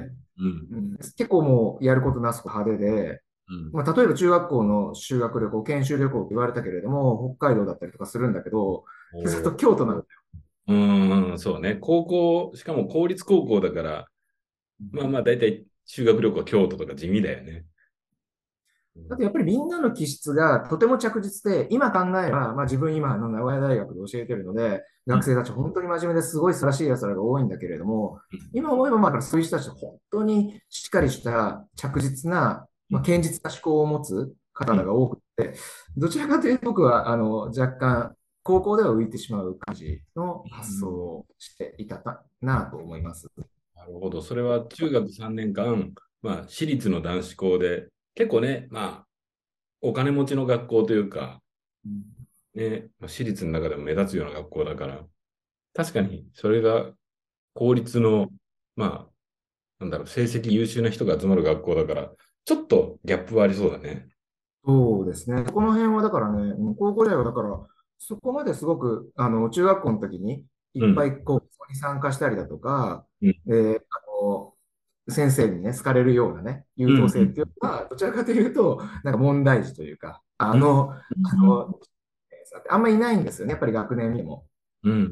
S1: うん。
S2: うん、結構もうやることなすこと派手で、
S1: うん。
S2: まあ、例えば中学校の修学旅行、研修旅行って言われたけれども、北海道だったりとかするんだけど、ずっと
S1: おー。
S2: 京都なんだよ。
S1: うーん、そうね。高校、しかも公立高校だから、まあまあ、大体修学旅行は京都とか地味だよね。うん。
S2: だってやっぱりみんなの気質がとても着実で、今考えれば、まあ、自分今あの名古屋大学で教えてるので、
S1: うん。
S2: 学生たち本当に真面目ですごい素晴らしい奴らが多いんだけれども、今思えばまあそういう人たち本当にしっかりした着実な、まあ、
S1: うん。
S2: 堅実な思考を持つ方
S1: うん。
S2: 々が多くて、どちらかというと僕はあの若干高校では浮いてしまう感じの発想をしていたなと思います。
S1: なるほど。それは中学さんねんかん、まあ、私立の男子校で、結構ね、まあ、お金持ちの学校というか、
S2: うん
S1: ね、まあ、私立の中でも目立つような学校だから、確かにそれが公立の、まあ、なんだろう、成績優秀な人が集まる学校だから、ちょっとギャップはありそうだね。
S2: そうですね。この辺はだからね、うん高校時代はだから、そこまですごく、あの、中学校の時にいっ
S1: うん。
S2: ぱいこう、に参加したりだとか、
S1: うん。
S2: えーあの、先生にね、好かれるようなね、優
S1: うん。
S2: 等生っていうのは、どちらかというと、なんか問題児というか、あ
S1: うん。
S2: の、あの、あんまりいないんですよね、やっぱり学年にも。
S1: うん。うん。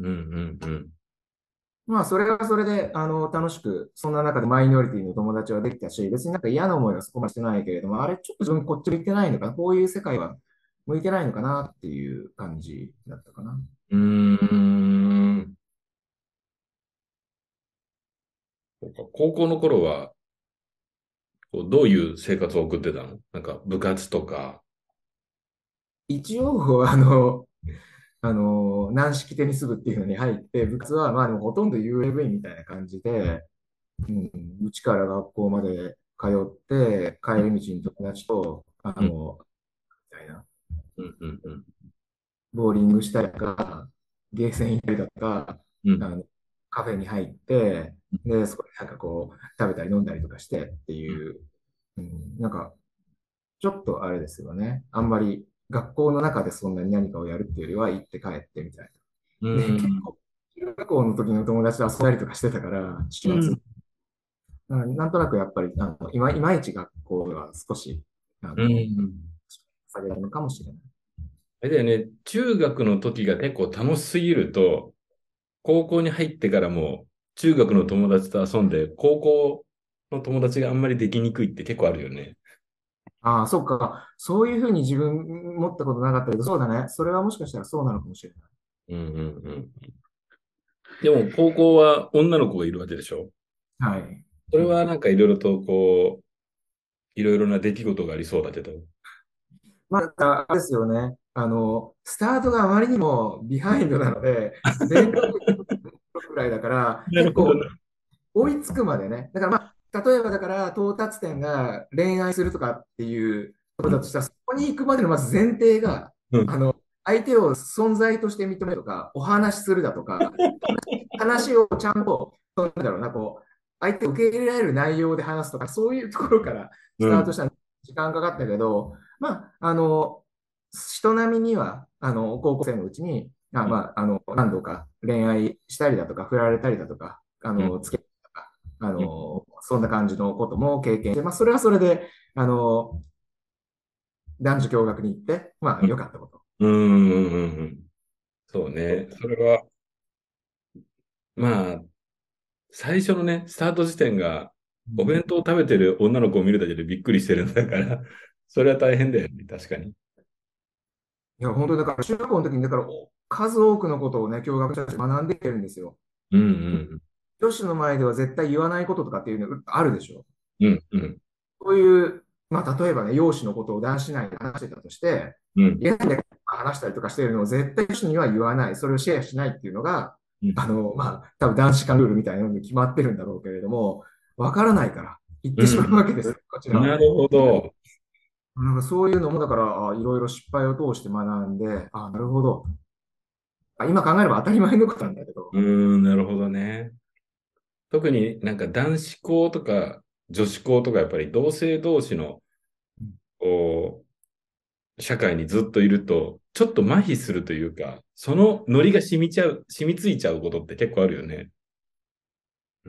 S1: うん。
S2: まあ、それはそれで、あの、楽しく、そんな中でマイノリティの友達はできたし、別になんか嫌な思いはそこまでしてないけれども、あれ、ちょっと自分こっち向いてないのかな、こういう世界は向いてないのかなっていう感じだったかな。
S1: うん。うーん。そうか。高校の頃は、こうどういう生活を送ってたの？なんか部活とか。
S2: 一応、あの、あの、軟式テニス部っていうのに入って、部活はまあでもほとんど ユーエーブイ みたいな感じで、うん、うちから学校まで通って、帰り道に友達と、あ
S1: うん。
S2: の、みたいな、
S1: うん。うん。うん。
S2: ボーリングしたりとか、ゲーセン行ったりとか、
S1: うん。
S2: あの、カフェに入って、で、そこでなんかこう、食べたり飲んだりとかしてっていう、うん、なんか、ちょっとあれですよね。あんまり学校の中でそんなに何かをやるっていうよりは、行って帰ってみたいな。で、
S1: うん。
S2: 結構、中学校の時の友達と遊んだりとかしてたから、週末。
S1: うん。
S2: うんなんとなくやっぱり、あの、いまいまいち学校では少し、あ
S1: う
S2: の、
S1: ん。
S2: 下げられるのかもしれない。
S1: あれだよね、中学の時が結構楽しすぎると、高校に入ってからも中学の友達と遊んで、高校の友達があんまりできにくいって結構あるよね。
S2: ああ、そっか。そういうふうに自分持ったことなかったけど、そうだね。それはもしかしたらそうなのかもしれない。
S1: うんうんうん。でも高校は女の子がいるわけでしょ？
S2: はい。
S1: それ
S2: うん、
S1: はなんかいろいろとこう、いろいろな出来事がありそうだけど。
S2: まあ、だからあれですよね。あの、スタートがあまりにもビハインドなので、勉強くらいだから、
S1: なるほどね。
S2: 結構追いつくまでね。だからまあ、例えばだから到達点が恋愛するとかっていうところだとしたら、そこに行くまでのまず前提が、
S1: うん。
S2: あの、相手を存在として認めるとか、お話しするだとか、話をちゃんと、なんだろうな、こう、相手を受け入れられる内容で話すとか、そういうところからス
S1: うん。
S2: タートした時間かかったけど、まあ、あの、人並みには、あの、高校生のうちに、あ、まあ、あの、何度か恋愛したりだとか、振られたりだとか、あ
S1: うん。
S2: の、付き合ったりとか、あ
S1: うん。
S2: の、そんな感じのことも経験して、まあ、それはそれで、あの、男女共学に行って、まあ、
S1: うん。
S2: 良かったこと。
S1: うん。うん。うん。そうね。それは、まあ、最初のね、スタート時点が、お弁当を食べてる女の子を見るだけでびっくりしてるんだから、それは大変だよね、確かに。
S2: いや、本当にだから、中学校の時に、だから、数多くのことをね、共学者たち学んできてるんですよ。
S1: うんうん
S2: 女子の前では絶対言わないこととかっていうのあるでしょ。
S1: うんうん
S2: そういう、まあ、例えばね、容姿のことを男子内で話してたとして、
S1: うん
S2: 言えないんだけど話したりとかしているのを絶対女子には言わない、それをシェアしないっていうのが、
S1: うん
S2: あの、まあ、多分男子間ルールみたいなのに決まってるんだろうけれども、わからないから言ってしまう
S1: うん。
S2: わけですよ、こちらは。
S1: なるほど。
S2: なんかそういうのも、だから、あいろいろ失敗を通して学んで、あなるほど。あ今考えれば当たり前のことなんだけど、
S1: うーん、なるほどね。特になんか男子校とか女子校とかやっぱり同性同士のこう社会にずっといると、ちょっと麻痺するというか、そのノリが染みちゃう、染みついちゃうことって結構あるよね。うん、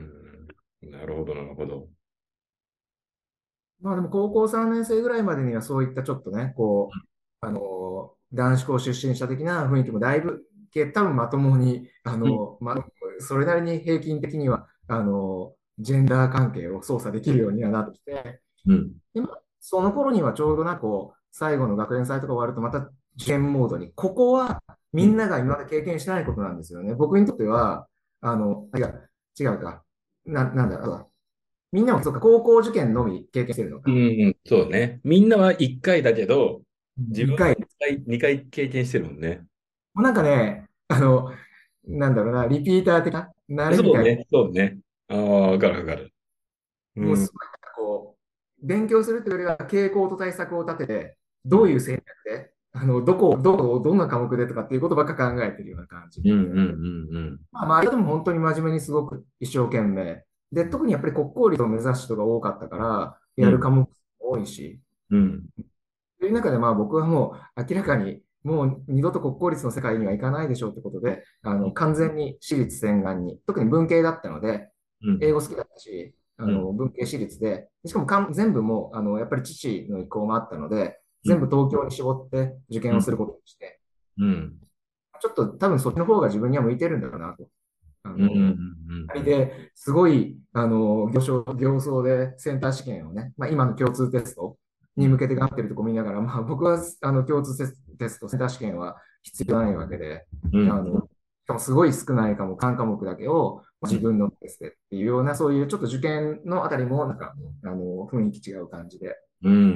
S1: なるほど、なるほど。
S2: まあでも高校さんねん生ぐらいまでにはそういったちょっとね、こう、あの、男子校出身者的な雰囲気もだいぶ、け多分まともに、あ
S1: うん、
S2: の、まあ、それなりに平均的には、あの、ジェンダー関係を操作できるようにはなってきて、
S1: うん、
S2: で、まあその頃にはちょうどなんかこう、最後の学園祭とか終わるとまた受験モードに、ここはみん
S1: うん。
S2: なが今まで経験してないことなんですよね。僕にとっては、あの、いや、違うか。な、なんだろう。みんなもそうか、高校受験のみ経験してるの
S1: うん、
S2: か。
S1: うん、そうね。みんなはいっかいだけど、自分は
S2: にかい。
S1: にかい、にかい経験してるもんね。
S2: もうなんかね、あの、なんだろうな、リピーター的な慣れみたいな、
S1: そうね、そうね。ああ、わかるわかる。うん、
S2: もうすごいなんかこう、勉強するというよりは傾向と対策を立てて、
S1: うん、
S2: どういう戦略で、あの、どこ、どこ、どんな科目でとかっていうことばっか考えてるような感じ
S1: うん、う
S2: で。
S1: ん、うん、
S2: まあ、周りでも本当に真面目にすごく一生懸命。で、特にやっぱり国公立を目指す人が多かったから、
S1: うん、
S2: やる科目も多いし、
S1: うん、
S2: という中で、まあ僕はもう明らかにもう二度と国公立の世界には行かないでしょうってことで、あの完全に私立洗顔に、特に文系だったので、
S1: うん、
S2: 英語好きだったし、あ
S1: うん、
S2: の文系私立で、しかもかん全部もうあのやっぱり父の意向もあったので、
S1: うん、
S2: 全部東京に絞って受験
S1: うん、
S2: をすることにして、
S1: うん、
S2: ちょっと多分そっちの方が自分には向いてるんだろうなと。あ
S1: うん、う
S2: の、あれ
S1: ん、
S2: ですごい、あの、行商、行走でセンター試験をね、まあ、今の共通テストに向けて頑張ってるとこ見ながら、まあ、僕はあの共通テステスト、センター試験は必要ないわけで、
S1: うん、
S2: あの、しかもすごい少ない科目、さん科目だけを自分のテストでっていうような、そういうちょっと受験のあたりも、なんか、あの、雰囲気違う感じで。
S1: うん、うん、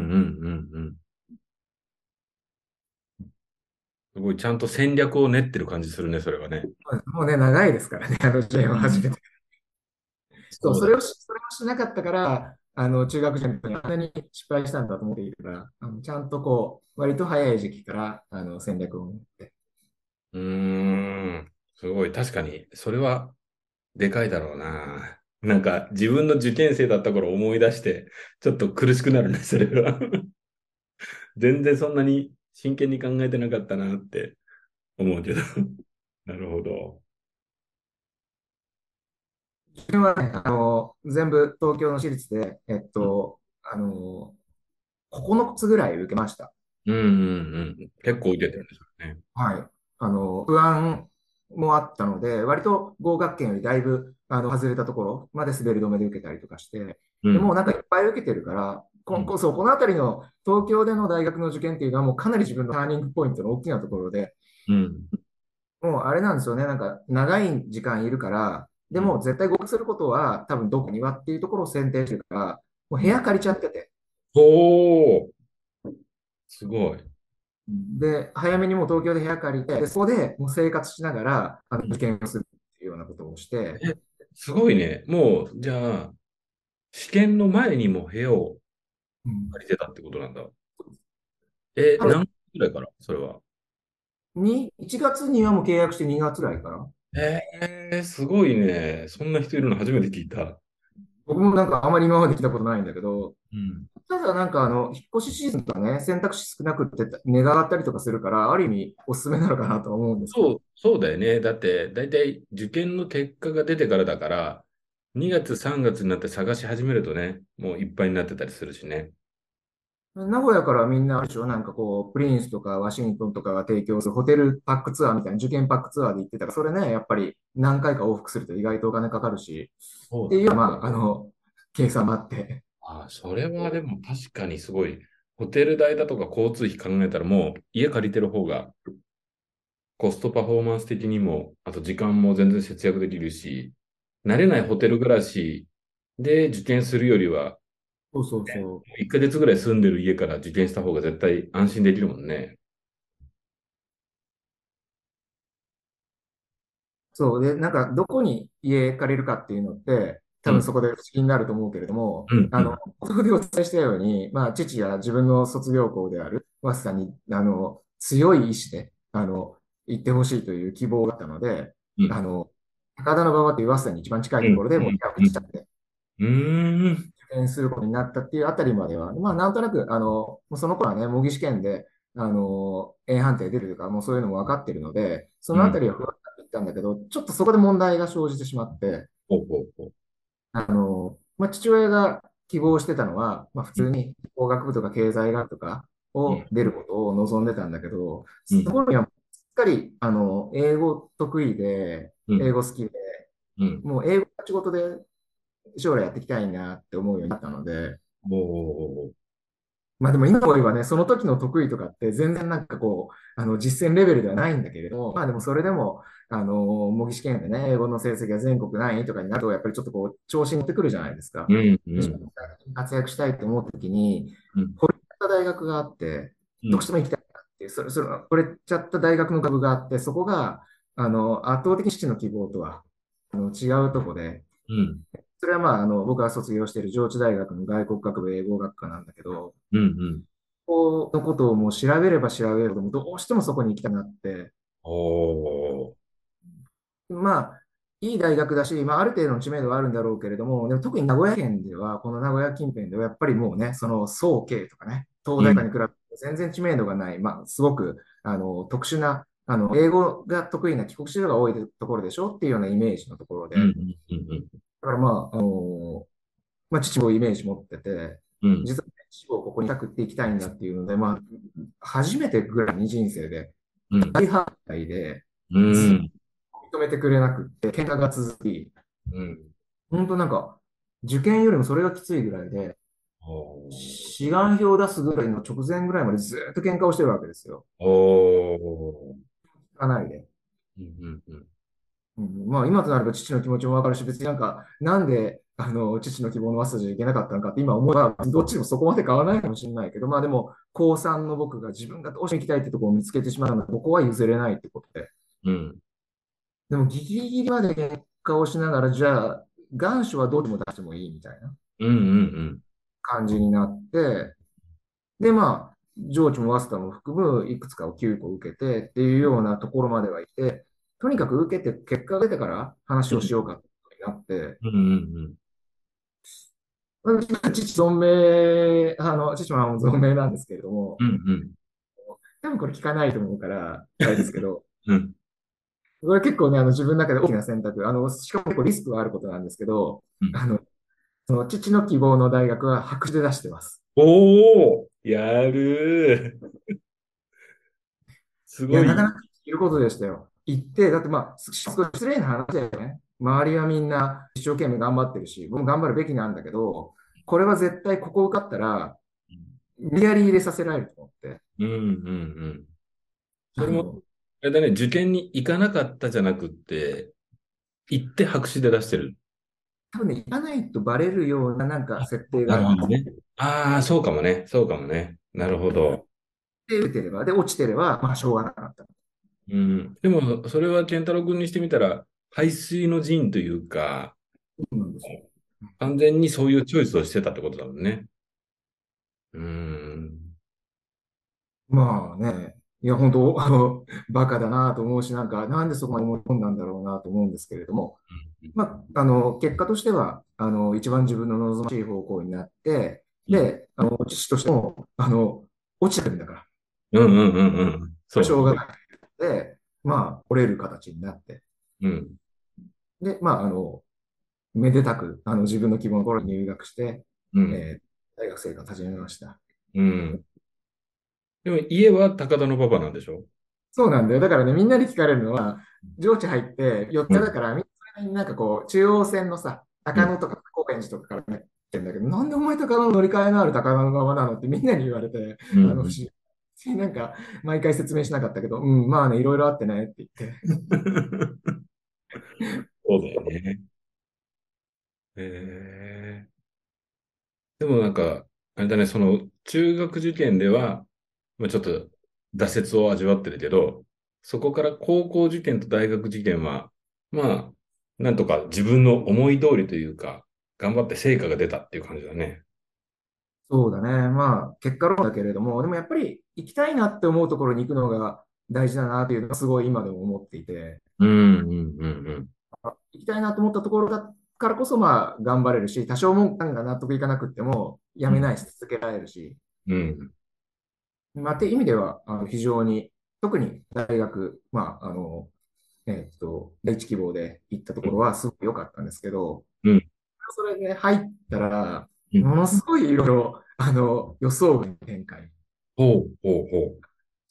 S1: うん。すごい、ちゃんと戦略を練ってる感じするね、それはね。
S2: もうね、長いですからね、あの受験を
S1: うん。
S2: 始めて。そう、
S1: そうだ。
S2: それをし、それをしなかったから、あの、中学時代の時にあんなに失敗したんだと思っているから、あの、ちゃんとこう、割と早い時期から、あの、戦略を持って。
S1: うーん。すごい、確かに、それはでかいだろうな。なんか、自分の受験生だった頃思い出して、ちょっと苦しくなるね、それは。全然そんなに真剣に考えてなかったなって思うけど。なるほど。
S2: 自分はね、あの、全部東京の私立で、えっ
S1: うん。
S2: と、あの、ここのつぐらい受けました。
S1: うんうんうん。結構受けてるんですよね。
S2: はい。あの、不安もあったので、割と合格圏よりだいぶ、あの、外れたところまで滑り止めで受けたりとかして、でもう
S1: うん。
S2: なんかいっぱい受けてるから、
S1: うん。
S2: ここそ、このあたりの東京での大学の受験っていうのはもうかなり自分のターニングポイントの大きなところで、
S1: うん。
S2: もうあれなんですよね、なんか長い時間いるから、で
S1: うん。
S2: も絶対合格することは多分どこにはっていうところを選定してるから、もう
S1: うん。
S2: 部屋借りちゃってて、
S1: おー、すごい。
S2: で、早めにもう東京で部屋借りて、でそこでもう生活しながらあの
S1: うん。
S2: 受験をするっていうようなことをして、
S1: え、すごいね。もう、じゃあ、試験の前にも部屋を
S2: うん、
S1: 借りてたってことなんだ。え、
S2: はい
S1: 何月ぐらいからそれは？
S2: にいちがつにはもう契約してにがつぐらいから、
S1: えー、すごいね。そんな人いるの初めて聞いた。
S2: 僕もなんかあまり今まで来たことないんだけど、
S1: うん。
S2: ただなんかあの、引っ越しシーズンとかね、選択肢少なくって値が上がったりとかするから、ある意味おすすめなのかなとは思うんですけど、
S1: そう、そうだよね。だって、大体受験の結果が出てからだから、にがつ、さんがつになって探し始めるとね、もういっぱいになってたりするしね。
S2: 名古屋からみんなあるでしょ、なんかこう、プリンスとかワシントンとかが提供するホテルパックツアーみたいな、受験パックツアーで行ってたから、それね、やっぱり何回か往復すると意外とお金かかるし、
S1: そうだね。
S2: っていう、まあ、あの、計算もあって、
S1: ああ、それはでも確かにすごい。ホテル代だとか交通費考えたらもう家借りてる方がコストパフォーマンス的にも、あと時間も全然節約できるし、慣れないホテル暮らしで受験するよりは、
S2: そうそうそう。
S1: いっかげつぐらい住んでる家から受験した方が絶対安心できるもんね。
S2: そうで、なんか、どこに家借りるかっていうのって、
S1: うん、
S2: 多分そこで不思議になると思うけれども、
S1: うん、
S2: あの、
S1: うん、
S2: そこでお伝えしたように、まあ、父や自分の卒業校である早稲田に、あの、強い意志で、あの、行ってほしいという希望があったので、
S1: うん、
S2: あの、高田馬場という早稲田に一番近い
S1: うん、
S2: ところでもう部屋を移しちゃって、
S1: うん、うーん、
S2: 受験することになったっていうあたりまでは、まあ、なんとなく、あの、もうその頃はね、模擬試験で、あの、A 判定出るとか、もうそういうのも分かってるので、そ
S1: うん、
S2: のあたりは不安になっていったんだけど、ちょっとそこで問題が生じてしまって、
S1: ほうほうほう。
S2: あの、まあ、父親が希望してたのは、まあ、普
S1: うん、
S2: 通に工学部とか経済学とか
S1: うん、
S2: を出ることを望んでたんだけど、
S1: うん、
S2: そこにはすっかり、あの、英語得意で、
S1: うん、
S2: 英語好きで、
S1: うん。
S2: もう英語が仕事で将来やっていきたいなって思うようになったので、
S1: おー、
S2: まあでも今思えばね、その時の得意とかって全然なんかこう、あの実践レベルではないんだけれども、まあでもそれでも、あの、模擬試験でね、英語の成績が全国何位とかになると、やっぱりちょっとこう、調子に乗ってくるじゃないですか。
S1: うん、う
S2: で、
S1: ん、
S2: 活躍したいと思った時に、
S1: うん、
S2: これちゃった大学があって、
S1: うん、
S2: どうしても行きたいなっていう、それ、それ、これちゃった大学の学部があって、そこが、あの、圧倒的に父の希望とは、あの、違うとこで、
S1: うん、
S2: それはまあ、あの、僕が卒業している上智大学の外国学部英語学科なんだけど、
S1: うん、うん。
S2: このことをもう調べれば調べるほど、もどうしてもそこに行きたくなって、
S1: おー、
S2: まあ、いい大学だし、まあ、ある程度の知名度はあるんだろうけれども、でも特に名古屋県では、この名古屋近辺では、やっぱりもうね、その早慶とかね、東
S1: うん、
S2: 大とかに比べて全然知名度がない、まあ、すごくあの特殊な、あの英語が得意な帰国子女が多いところでしょっていうようなイメージのところ
S1: うん、
S2: で、
S1: うん、
S2: だからまあ、あのまあ、父もイメージ持ってて、
S1: うん、
S2: 実は父をここに託っていきたいんだっていうので、まあ、初めてぐらいに人生で
S1: うん、
S2: 大反対で、
S1: う
S2: ずっ
S1: ん、
S2: と認めてくれなくって、喧嘩が続き、
S1: うん。
S2: 本当なんか、受験よりもそれがきついぐらいで、
S1: お
S2: 志願票を出すぐらいの直前ぐらいまでずっと喧嘩をしてるわけですよ。
S1: ー、おー、
S2: 聞かないで。
S1: うん、うん、
S2: うん、まあ今となれば父の気持ちもわかるし、別になんか、なんで、あの、父の希望の早稲田じゃいけなかったのかって今思えば、どっちでもそこまで変わらないかもしれないけど、まあでも、高さんの僕が自分がどうしても行きたいってところを見つけてしまうので、ここは譲れないってことで。
S1: うん、
S2: でもギリギリまで喧嘩をしながら、じゃあ、願書はどうでも出してもいいみたいな
S1: うん、うん、
S2: 感じになって、で、まあ、上智も早稲田も含むいくつかをきゅうこ受けてっていうようなところまではいて、とにかく受けて、結果が出てから話をしようかってことになって、
S1: うん、うん、
S2: 父存命、あの、父はもう存命なんですけれども、
S1: うん、うん、
S2: 多分これ聞かないと思うから、あれですけど、
S1: うん、
S2: これ結構ね、あの自分の中で大きな選択、あの、しかも結構リスクがあることなんですけど、
S1: うん。
S2: あの、その父の希望の大学は白紙で出してます。
S1: おー、 やるー。す
S2: いや、
S1: ごい。
S2: なかなかいることでしたよ。行って、だってまあ、す少し失礼な話だよね。周りはみんな一生懸命頑張ってるし、僕も頑張るべきなんだけど、これは絶対ここ受かったら、無理やり入れさせられると思って。
S1: うんうんうん。それも、
S2: あの、
S1: あれだね、受験に行かなかったじゃなくって、行って白紙で出してる。
S2: 多分ね、行かないとバレるようななんか設定が
S1: な
S2: あるんです。
S1: るほどね。ああ、そうかもね。そうかもね。なるほど。
S2: で、受けてれば、で、落ちてれば、まあ、しょうがなかった。
S1: うん。でも、それは健太郎君にしてみたら、背水の陣というか、
S2: そうなんですよ。
S1: 完全にそういうチョイスをしてたってことだもんね。うん。
S2: まあね、いや、本当、あの、バカだなと思うし、なんか、なんでそこまで思い込んだんだろうなと思うんですけれども、まあ、あの、結果としては、あの、一番自分の望ましい方向になって、
S1: うん。
S2: で、あの、父としても、あの、落ちてるんだから、
S1: うんうんうんうん。
S2: これ
S1: そうね。
S2: しょうがないので、まあ、折れる形になって、
S1: うん。
S2: で、まあ、あの、めでたく、あの、自分の希望の頃に入学して、
S1: うん。
S2: えー大学生活始めました。
S1: うん。でも家は高田の馬場なんでしょ？
S2: そうなんだよ。だからね、みんなに聞かれるのは、上智入ってよっつだ
S1: うん。
S2: から、みんななんかこう、中央線のさ、
S1: うん。
S2: 高野とか高円寺とかからね、来てんだけど、なんでお前高野の乗り換えのある高野のままなのってみんなに言われて、
S1: うん。
S2: あの、不
S1: うん。
S2: 思議。なんか、毎回説明しなかったけど、うん、まあね、いろいろあってねって言って。
S1: そうだよね。へえ。でもなんか、あれだね、その中学受験では、まあ、ちょっと挫折を味わってるけど、そこから高校受験と大学受験は、まあ、なんとか自分の思い通りというか、頑張って成果が出たっていう感じだね。
S2: そうだね。まあ、結果論だけれども、でもやっぱり行きたいなって思うところに行くのが大事だなっていうのがすごい今でも思っていて、
S1: うん、うん、うん、うん。
S2: あ行きたいなと思ったところだからこそ、まあ、頑張れるし、多少文句が納得いかなくっても、や
S1: うん、
S2: めないし続けられるし、
S1: うん。
S2: まあ、っていう意味では、あの非常に、特に大学、まあ、あの、えっと、第一希望で行ったところはすごく良かったんですけど、
S1: うん。
S2: それで入ったら、
S1: うん。
S2: ものすごいいろいろ、あの、予想外の展開。
S1: ほう、ほう、ほう。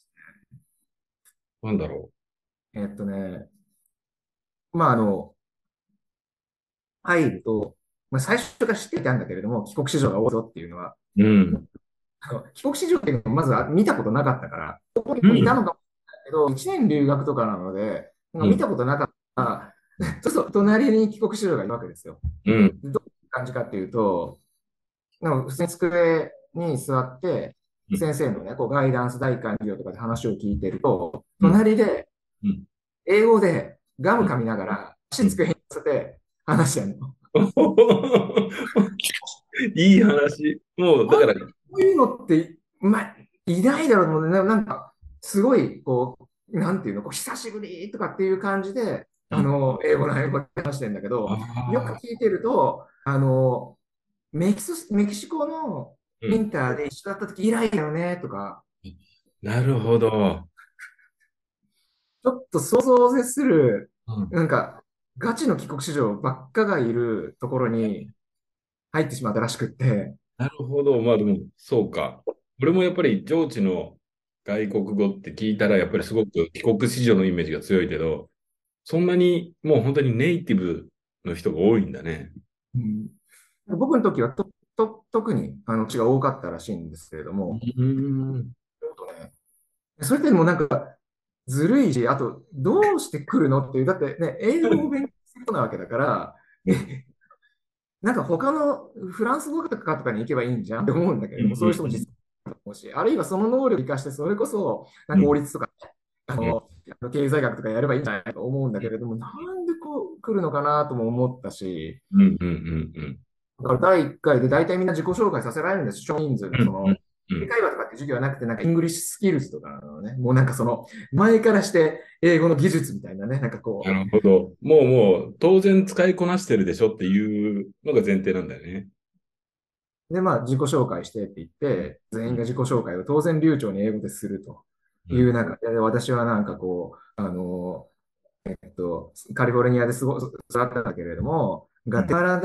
S1: なんだろ
S2: えっとね、まあ、あの、入ると、まあ、最初から知っていたんだけれども、帰国子女が多いぞっていうのは、
S1: う。うん。
S2: あの帰国子女っていうのをまずは見たことなかったから、ここに
S1: うん。
S2: もいたのかもしれないけど、いちねん留学とかなので、なんか見
S1: うん。
S2: たことなかったら、
S1: うん。
S2: そうそう、隣に帰国子女がいるわけですよ。
S1: うん。
S2: でどういう感じかっていうと、なんか普通に机に座って、
S1: うん。
S2: 先生のね、こうガイダンス第一回の授業とかで話を聞いてると、
S1: うん。
S2: 隣で
S1: うん。
S2: 英語でガム
S1: うん。
S2: 噛みながら、
S1: うん。
S2: 足机に乗せて話してるの。
S1: いい話。もう、だ
S2: こ
S1: から、
S2: ういうのって、まあ、いないだろうと思うね。なんか、すごい、こう、なんていうの、こう久しぶりとかっていう感じで、
S1: うん。
S2: あの、英語の英語で話してるんだけど、よく
S1: ああ、
S2: 聞いてると、あの、メキシ、メキシコの
S1: うん。
S2: インターで一緒だった時以来だよね、とか、
S1: なるほど。
S2: ちょっと想像を絶する、
S1: うん。
S2: なんか、ガチの帰国子女ばっかがいるところに入ってしまったらしくって、
S1: なるほど。まあでも、そうか。俺もやっぱり上智の外国語って聞いたら、やっぱりすごく帰国子女のイメージが強いけど、そんなにもう本当にネイティブの人が多いんだね。
S2: うん、僕の時はと、と、特にあの血が多かったらしいんですけれど
S1: う
S2: も、
S1: ーん。
S2: ちょっとね、それってもうなんかずるいし、あと、どうして来るのっていう、だってね、英語を勉強することなわけだから、
S1: うん。
S2: えなんか他のフランス語とかとかに行けばいいんじゃんって思うんだけ
S1: うん。
S2: れども、そういう人も実際
S1: うん。
S2: いると思うし、あるいはその能力を生かして、それこそ、なん
S1: うん。
S2: か法律とか、あ
S1: うん。
S2: の、あの経済学とかやればいいんじゃないかと思うんだけれども、なんでこう来るのかなとも思ったし、
S1: うん。うん。うん。
S2: だからだいいっかいで大体みんな自己紹介させられるんです。少人数の
S1: うん。
S2: その、
S1: うん。
S2: 英会話とかって授業はなくて、なんかイングリッシュスキルズとかなのね。もうなんかその、前からして英語の技術みたいなね、なんかこ
S1: なるほど。もうもう、当然使いこなしてるでしょっていうのが前提なんだよね。
S2: う。で、まあ自己紹介してって言って、全員が自己紹介を当然流暢に英語ですると
S1: うん。
S2: いう中で、私はなんかこう、あの、えっと、カリフォルニアですご育ったんだけれども、ガテマラで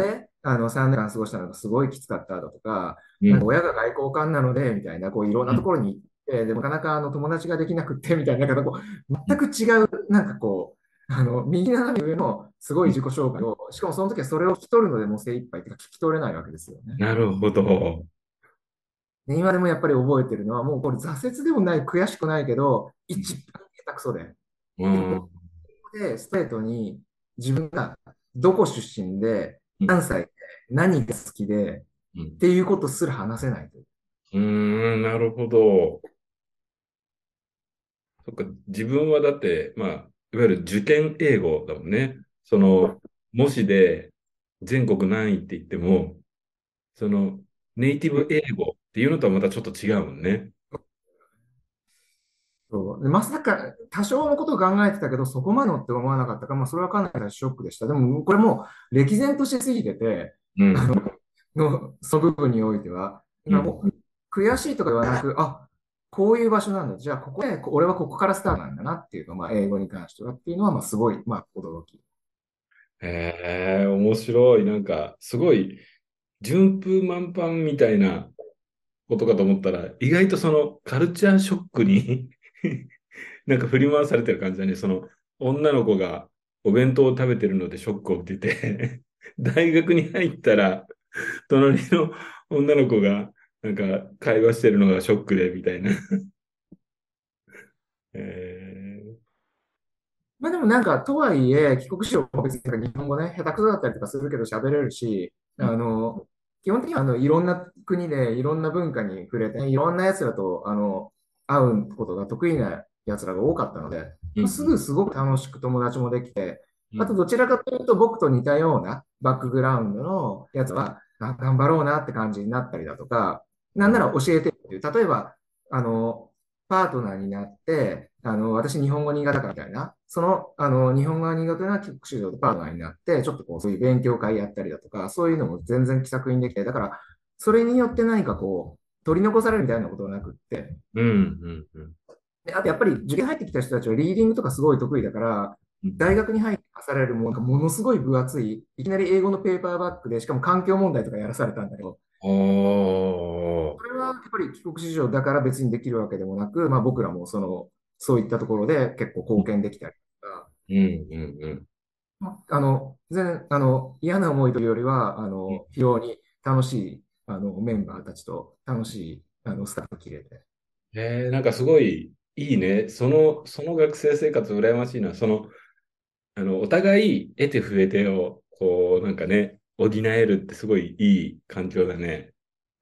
S2: あの、さんねんかん過ごしたのがすごいきつかっただとか、なんか
S1: うん。
S2: 親が外交官なので、みたいな、こういろんなところに行って、でもなかなかあの友達ができなくって、みたいな、なんかこう、全く違う、なんかこう、あの、右斜め上のすごい
S1: うん。
S2: 自己紹介を、しかもその時はそれを聞き取るのでもう精一杯っていうか聞き取れないわけですよね。
S1: なるほど。
S2: で今でもやっぱり覚えてるのは、もうこれ挫折でもない、悔しくないけど、
S1: うん。
S2: 一番下手くそで。
S1: う
S2: で、こ
S1: ん。
S2: こでストレートに自分がどこ出身で、
S1: うん。
S2: 何歳で、何が好きで、
S1: うん。
S2: っていうことすら話せないという。
S1: うーん、なるほど。そっか、自分はだって、まあ、いわゆる受験英語だもんね。その、模試で全国何位って言っても、その、ネイティブ英語っていうのとはまたちょっと違うもんね。
S2: そうでまさか、多少のことを考えてたけど、そこまでのって思わなかったから、まあ、それはかなりショックでした。でも、これもう歴然としすぎてて、
S1: うん。
S2: の、その部分においては、だ
S1: うん。
S2: からもう悔しいとかではなく、あ、こういう場所なんだ。じゃあ、ここで、俺はここからスタートなんだなっていうのまあ、英語に関してはっていうのは、まあ、すごい、まあ、驚き。
S1: へえ、面白い。なんか、すごい、順風満帆みたいなことかと思ったら、意外とそのカルチャーショックになんか振り回されてる感じだね。その女の子がお弁当を食べてるのでショックを受けて大学に入ったら、隣の女の子がなんか会話してるのがショックでみたいな。え
S2: まあでもなんか、とはいえ、帰国子女も別になんか日本語ね、下手くそだったりとかするけど喋れるし、あ
S1: ー、
S2: の、基本的にはあのいろんな国でいろんな文化に触れて、いろんな奴らとあの会うことが得意な奴らが多かったので、
S1: うん、
S2: まあ、すぐ
S1: うん、
S2: すごく楽しく友達もできて、
S1: うん、
S2: あとどちらかというと僕と似たようなバックグラウンドのやつは、あ、頑張ろうなって感じになったりだとか、なんなら教えてっていう、例えば、あの、パートナーになって、あの、私日本語苦手だからみたいな、その、あの、日本語が苦手な帰国子女とパートナーになって、ちょっとこう、そういう勉強会やったりだとか、そういうのも全然気さくにできて、だから、それによって何かこう、取り残されるみたいなことはなくって、
S1: うん、うん、
S2: で、あとやっぱり受験入ってきた人たちはリーディングとかすごい得意だから、
S1: うん。
S2: 大学に入って課されるものがものすごい分厚い、いきなり英語のペーパーバッグで、しかも環境問題とかやらされたんだけど、
S1: ああ、
S2: これはやっぱり帰国子女だから別にできるわけでもなく、まあ僕らもその、そういったところで結構貢献できたりとか、
S1: うん、うん、うん。
S2: まあの、全然、あの、嫌な思いというよりは、あ
S1: うん。
S2: の、非常に楽しい、あの、メンバーたちと楽しい、あの、スタッフ切れて。
S1: えー、なんかすごいいいね。その、その学生生活羨ましいな。その、あの、お互い得て増えてを、こう、なんかね、補えるってすごいいい環境だね。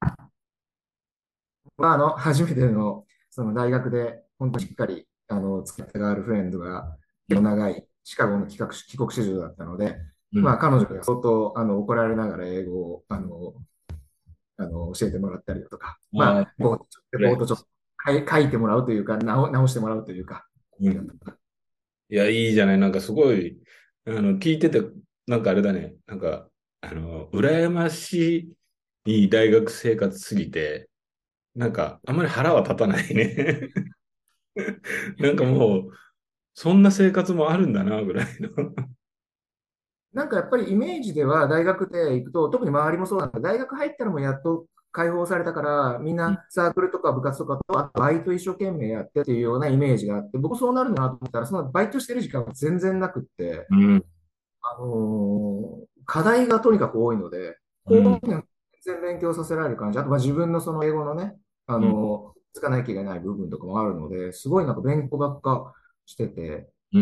S2: まあ、あの、初めての、その大学で、本当しっかり、あの、付き合ったガールフレンドが、
S1: うん、
S2: 結構長いシカゴの帰国帰国子女だったので、
S1: うん。
S2: まあ、彼女が相当、あの、怒られながら英語を、あの、あの、教えてもらったりだとか、ま
S1: ああ、
S2: あ、ボート、レ
S1: これ、
S2: ポートちょっと書い書いてもらうというか、直、直してもらうというか、
S1: うん。いや、いいじゃない。なんかすごい、あの、聞いてて、なんかあれだね。なんか、あの、羨ましい大学生活すぎて、なんか、あんまり腹は立たないね。なんかもう、そんな生活もあるんだな、ぐらいの。
S2: なんかやっぱりイメージでは大学で行くと、特に周りもそうなんだ、大学入ったらもうやっと解放されたから、みん
S1: うん、
S2: なサークルとか部活とかと、あとバイト一生懸命やってっていうようなイメージがあって、僕そうなるなと思ったら、そのバイトしてる時間は全然なくって、
S1: うん、
S2: あのー課題がとにかく多いので、
S1: うん、
S2: こう全然勉強させられる感じ、あとまあ自分のその英語のね、あ
S1: うん、
S2: のーつかなきゃいけない部分とかもあるので、すごいなんか勉強ばっかしてて、
S1: うん、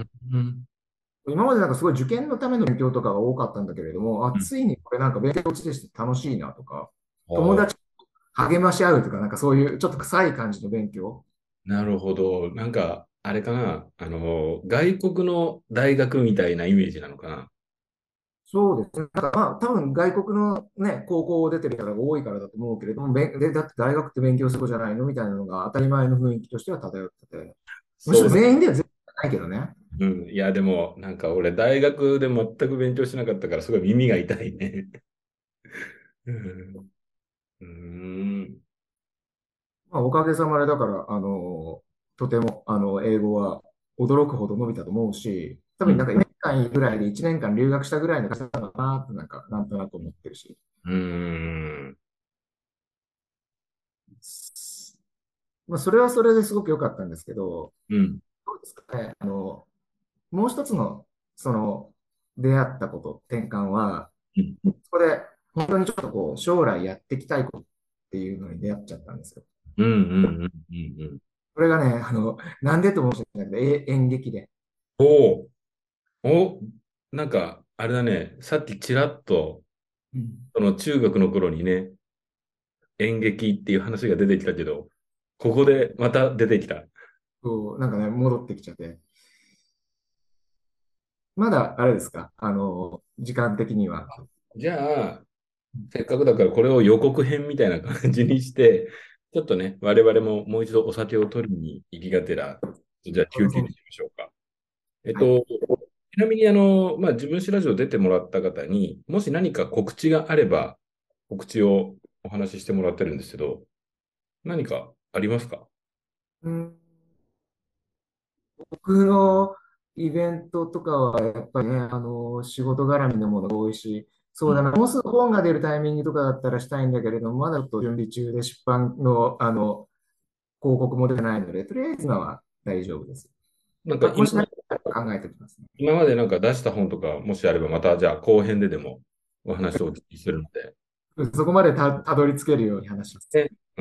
S1: うん。
S2: 今までなんかすごい受験のための勉強とかが多かったんだけれども、あ、ついにこれなんか勉強して楽しいなとか、友達励まし合うとか、なんかそういうちょっと臭い感じの勉強。
S1: なるほど。なんか、あれかな。あの、外国の大学みたいなイメージなのかな。
S2: そうですね。なんかまあ多分外国のね、高校を出てる方が多いからだと思うけれども、べんで、だって大学って勉強することじゃないのみたいなのが当たり前の雰囲気としては漂ってて、むしろ
S1: そうだ。
S2: 全員では絶対ないけどね。
S1: うん。いや、でも、なんか俺、大学で全く勉強しなかったから、すごい耳が痛いね。うん。うーん。
S2: まあ、おかげさまでだから、あの、とても、あの、英語は驚くほど伸びたと思うし、多
S1: うん。
S2: 分なんか間ぐらいでいちねんかん留学したぐらいの方なのかなって、なんか、なんとなく思ってるし。
S1: うーん。
S2: まあ、それはそれですごく良かったんですけど、
S1: うん。
S2: どうですかね。あの、もう一つの、その、出会ったこと、転換は、
S1: うん。
S2: そこで、本当にちょっとこう、将来やっていきたいことっていうのに出会っちゃったんですよ。
S1: うん。うん。うん。うん。
S2: これがね、あの、なんでと思う人ないけど、え演劇で。
S1: おお、お、なんか、あれだね。さっきちらっと、
S2: うん。
S1: その中学の頃にね、演劇っていう話が出てきたけど、ここでまた出てきた。
S2: そう、なんかね、戻ってきちゃって。まだ、あれですか、あの、時間的には。
S1: じゃあ、せっかくだからこれを予告編みたいな感じにして、ちょっとね、我々ももう一度お酒を取りに行きがてら、じゃあ休憩にしましょうか。えっ
S2: はい。
S1: と、ちなみにあの、まあ、自分史ラジオ出てもらった方に、もし何か告知があれば、告知をお話ししてもらってるんですけど、何かありますか？
S2: うん、僕のイベントとかは、やっぱりね、あの、仕事絡みのものが多いし、
S1: うん。
S2: そうだな、もうすぐ本が出るタイミングとかだったらしたいんだけれども、まだちょっと準備中で出版の、あの、広告も出てないので、とりあえず今は大丈夫です。まあ、も
S1: なんか今、
S2: し何かあれば考えておきますね。
S1: 今までなんか出した本とか、もしあればまたじゃあ後編ででもお話をお聞きするので。
S2: そこまでた、たどり着けるように話します。
S1: ね。うん。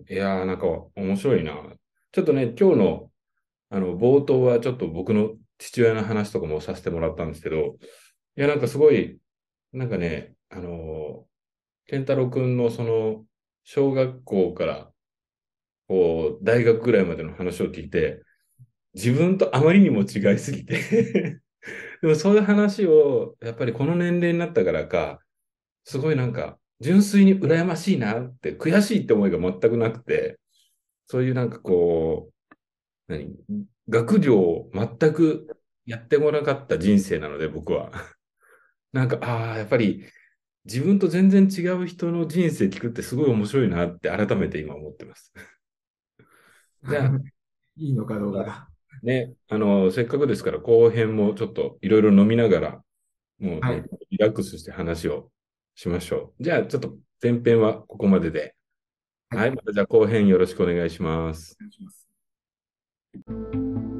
S1: いやーなんか面白いな。ちょっとね、今日のあの冒頭はちょっと僕の父親の話とかもさせてもらったんですけど、いやなんかすごい、なんかね、あのー健太郎くんのその小学校からこう大学ぐらいまでの話を聞いて、自分とあまりにも違いすぎてでもそういう話を、やっぱりこの年齢になったからか、すごいなんか、純粋に羨ましいなって、悔しいって思いが全くなくて、そういうなんかこう、何、学業を全くやってこなかった人生なので、僕は。なんか、ああ、やっぱり自分と全然違う人の人生聞くってすごい面白いなって改めて今思ってます。じゃあ、
S2: いいのかどうか。
S1: ね、あの、せっかくですから後編もちょっといろいろ飲みながら、もうね、
S2: はい。
S1: リラックスして話をしましょう。じゃあ、ちょっと前編はここまでで。
S2: はい。
S1: はい、またじゃあ後編よろしくお願いします。
S2: お願いします。